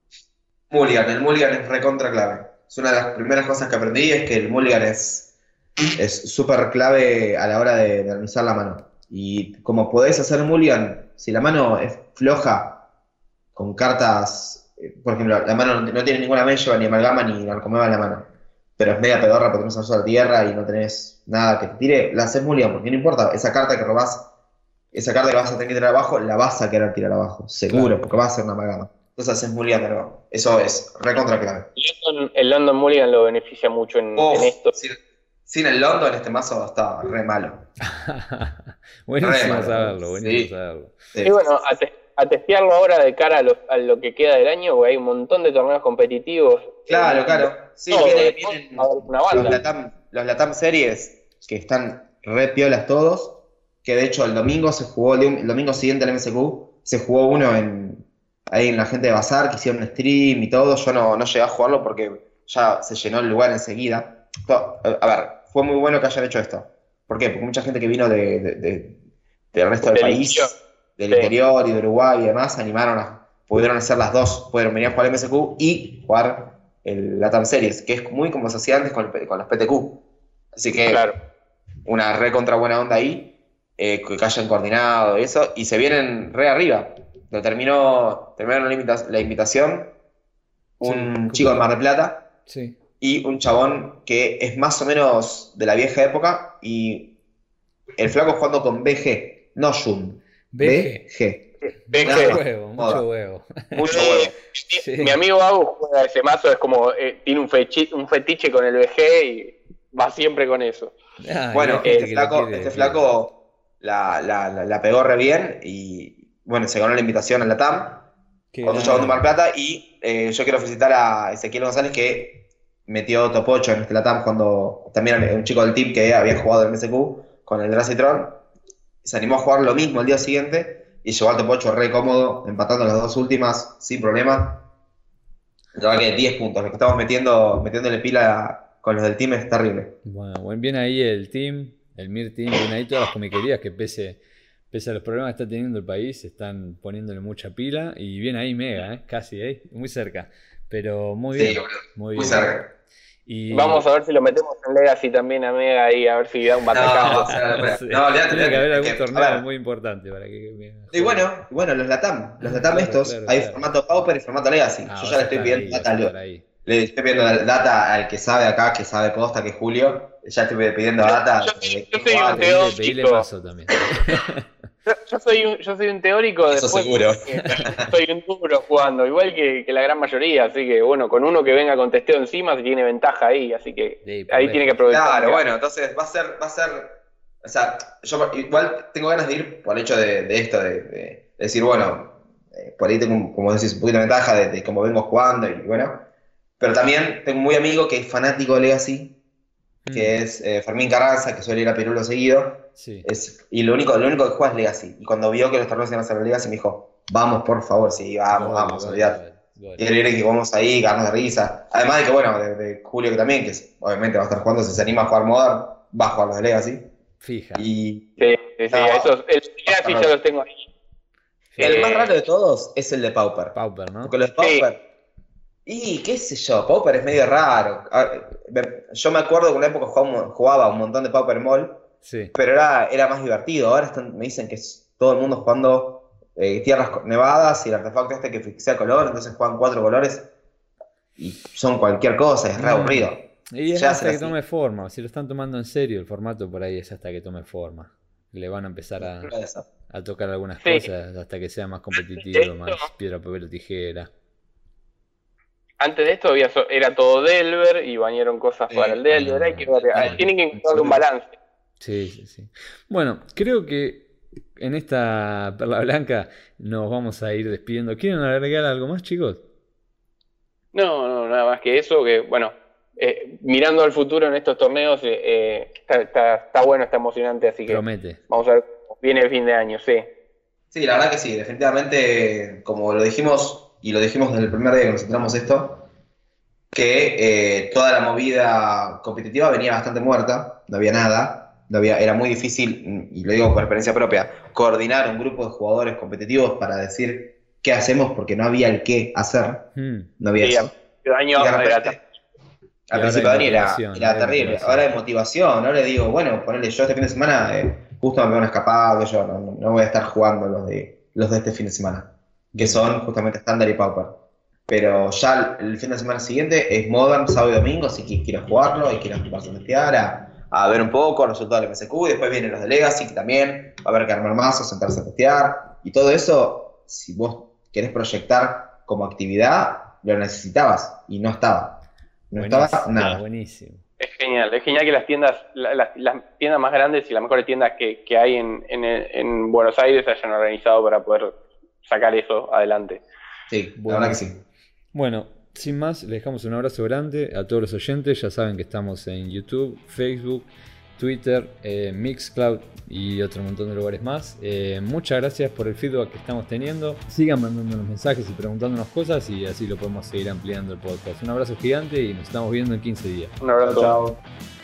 Mulligan, el Mulligan es recontra clave. Es una de las primeras cosas que aprendí, es que el Mulligan es es súper clave a la hora de, de organizar la mano. Y como podés hacer Mulligan, si la mano es floja, con cartas, eh, por ejemplo, la mano no, no tiene ninguna Melleva, ni amalgama, ni narcomeba en la mano, pero es media pedorra porque tenés una sola tierra y no tenés nada que te tire, la haces Mulligan, porque no importa, esa carta que robás, esa carta que vas a tener que tirar abajo, la vas a querer tirar abajo, seguro, Claro. porque va a ser una amalgama. Entonces haces Mulligan de nuevo. Eso es recontra clave. London- el London Mulligan lo beneficia mucho en, Uf, en esto. sin, sin el London este mazo está re malo. Buenísimo Re malo, saberlo, buenísimo sí. saberlo. Sí. Y bueno, a, te- a testearlo ahora de cara a lo, a lo que queda del año, porque hay un montón de torneos competitivos. Claro, Eh, claro. Sí, todo, viene- de- vienen a ver, una los banda. Latam, los Latam Series que están re piolas todos. Que de hecho el domingo se jugó, el dom- el domingo siguiente al M S Q, se jugó uno en ahí en la gente de Bazar, que hicieron un stream y todo. Yo no, no llegué a jugarlo porque ya se llenó el lugar enseguida. To- A ver, fue muy bueno que hayan hecho esto. ¿Por qué? Porque mucha gente que vino de, de- de- del resto del Del país, interior. del Sí. interior y de Uruguay y demás, se animaron a, pudieron hacer las dos, pudieron venir a jugar el M S Q y jugar el Latam Series, que es muy como se hacía antes con, el P- con los P T Q. Así que Claro. una re contra buena onda ahí, eh, que hayan coordinado y eso, y se vienen re arriba. Lo terminó, terminaron la, invita- la invitación un Sí, chico de Mar del Plata Sí. y un chabón que es más o menos de la vieja época, y el flaco jugando con B G, no Jun. B G. B G. B G. Nada Mucho más. huevo, Moda. mucho huevo. Mucho Eh, huevo. Sí. Mi amigo Agu juega ese mazo, es como, eh, tiene un, fechi- un fetiche con el B G y va siempre con eso. Ah, y Bueno, hay gente este que lo flaco, quiere, este quiere. flaco la, la, la, la pegó re bien y bueno, se ganó la invitación a la T A M. Qué Otro chabón de grande. Mar Plata, y eh, yo quiero felicitar a Ezequiel González, que metió top ocho en este Latam cuando también un chico del team que había jugado en M S Q con el Dracitron, se animó a jugar lo mismo el día siguiente y llegó al top ocho re cómodo, empatando las dos últimas sin problema. La verdad que diez puntos, lo que estamos metiendo, metiéndole pila con los del team es terrible. Bueno, bueno, bien ahí el team, el Mir Team, bien ahí todas las comiquerías que pese, pese a los problemas que está teniendo el país, están poniéndole mucha pila y bien ahí Mega, ¿eh? Casi ahí, muy cerca, pero muy bien, Sí, muy muy bien. cerca. Y... Vamos a ver si lo metemos en Legacy también a Mega ahí, a ver si da un No, batacazo. o sea, No sé, no, olvidate, tiene que haber algún que- torneo a ver. muy importante para que Mega Y bueno, y bueno, los Latam, los Latam Claro, estos, claro, hay claro. formato Pauper y formato Legacy. Ah, Yo vas ya a le estoy estar pidiendo ahí, data vas a al- estar ahí. le estoy pidiendo data al que sabe acá, que sabe posta, que es Julio. Ya estoy pidiendo data. Yo- de- yo soy un de- teórico. Pedile, pedile chico. mazo también. Yo, yo soy un, yo soy un teórico Eso después. seguro. Soy un duro jugando, igual que, que la gran mayoría, así que bueno, con uno que venga con testeo encima se tiene ventaja ahí, así que Sí, por ahí lejos. tiene que aprovechar. Claro, bueno, entonces va a ser, va a ser, o sea, yo igual tengo ganas de ir por el hecho de, de esto, de, de decir, bueno, eh, por ahí tengo, como decís, un poquito de ventaja de, de cómo vengo jugando y bueno, pero también tengo un muy amigo que es fanático de Legacy, que Mm, es eh, Fermín Carranza, que suele ir a Pirulo seguido, sí. es, y lo único, lo único que juega es Legacy, y cuando vio que los torneos iban a ser Legacy me dijo, vamos por favor, sí, vamos, Gol, vamos, gol, olvidate. gol, gol. Quiero ir que vamos ahí, cagarnos de risa. Además de que, bueno, de, de Julio que también, que es- obviamente va a estar jugando, si se anima a jugar Modern, va a jugar los de Legacy. Fija. Y Sí, sí, sí, No. esos, el Legacy ya los tengo ahí. el Eh, más raro de todos es el de Pauper. Pauper, ¿no? Porque los de Pauper. Y qué sé yo, Pauper es medio raro. A- me- Yo me acuerdo que en una época jugaba, jugaba un montón de Pauper Mall, Sí. pero era, era más divertido. Ahora están- me dicen que es todo el mundo jugando eh, tierras co- nevadas y el artefacto este que fixea color, entonces juegan cuatro colores y son cualquier cosa, es re Mm. aburrido. Y es Ya hasta será que así. tome forma. Si lo están tomando en serio, el formato por ahí es hasta que tome forma. Le van a empezar a, Puede ser. a tocar algunas Sí. cosas hasta que sea más competitivo, más piedra, papel o tijera. Antes de esto había so- era todo Delver y bañaron cosas Sí. para el Delver. Hay que ver, Ah, tienen que encontrar un balance. Sí, sí, sí. Bueno, creo que en esta perla blanca nos vamos a ir despidiendo. ¿Quieren agregar algo más, chicos? No, no, nada más que eso, que bueno, eh, mirando al futuro en estos torneos, eh, eh, está, está, está bueno, está emocionante, así que Promete. vamos a ver cómo viene el fin de año, sí. Sí, la verdad que sí, definitivamente, como lo dijimos, y lo dijimos desde el primer día que nos entramos esto, que eh, toda la movida competitiva venía bastante muerta, no había nada, no había, era muy difícil, y lo digo por experiencia propia, coordinar un grupo de jugadores competitivos para decir qué hacemos, porque no había el qué hacer, Hmm. no había Sí, eso. el año Y de era repente, Y al ahora principio hay de año era, motivación, era ahora hay terrible, motivación. ahora hay motivación, ahora digo, bueno, ponele yo este fin de semana, eh, justo me pego una escapada, que yo no, no- no voy a estar jugando los de, los de este fin de semana, que son justamente Standard y Pauper. Pero ya el, el fin de semana siguiente es Modern, sábado y domingo, si qui- quieres jugarlo y quieres vas a testear, a, a ver un poco los resultados del M S Q, y después vienen los de Legacy, que también va a haber que armar mazos, sentarse a testear, y todo eso, si vos querés proyectar como actividad, lo necesitabas, y no estaba. No estaba Buenísimo, nada. buenísimo. Es genial, es genial que las tiendas, la- las, las tiendas más grandes y las mejores tiendas que, que hay en, en, en Buenos Aires se hayan organizado para poder sacar eso adelante. Sí, la Bueno. verdad que sí. Bueno, sin más, les dejamos un abrazo grande a todos los oyentes. Ya saben que estamos en YouTube, Facebook, Twitter, eh, Mixcloud y otro montón de lugares más. Eh, muchas gracias por el feedback que estamos teniendo. Sigan mandándonos mensajes y preguntándonos cosas y así lo podemos seguir ampliando el podcast. Un abrazo gigante y nos estamos viendo en quince días. Un abrazo. Chao.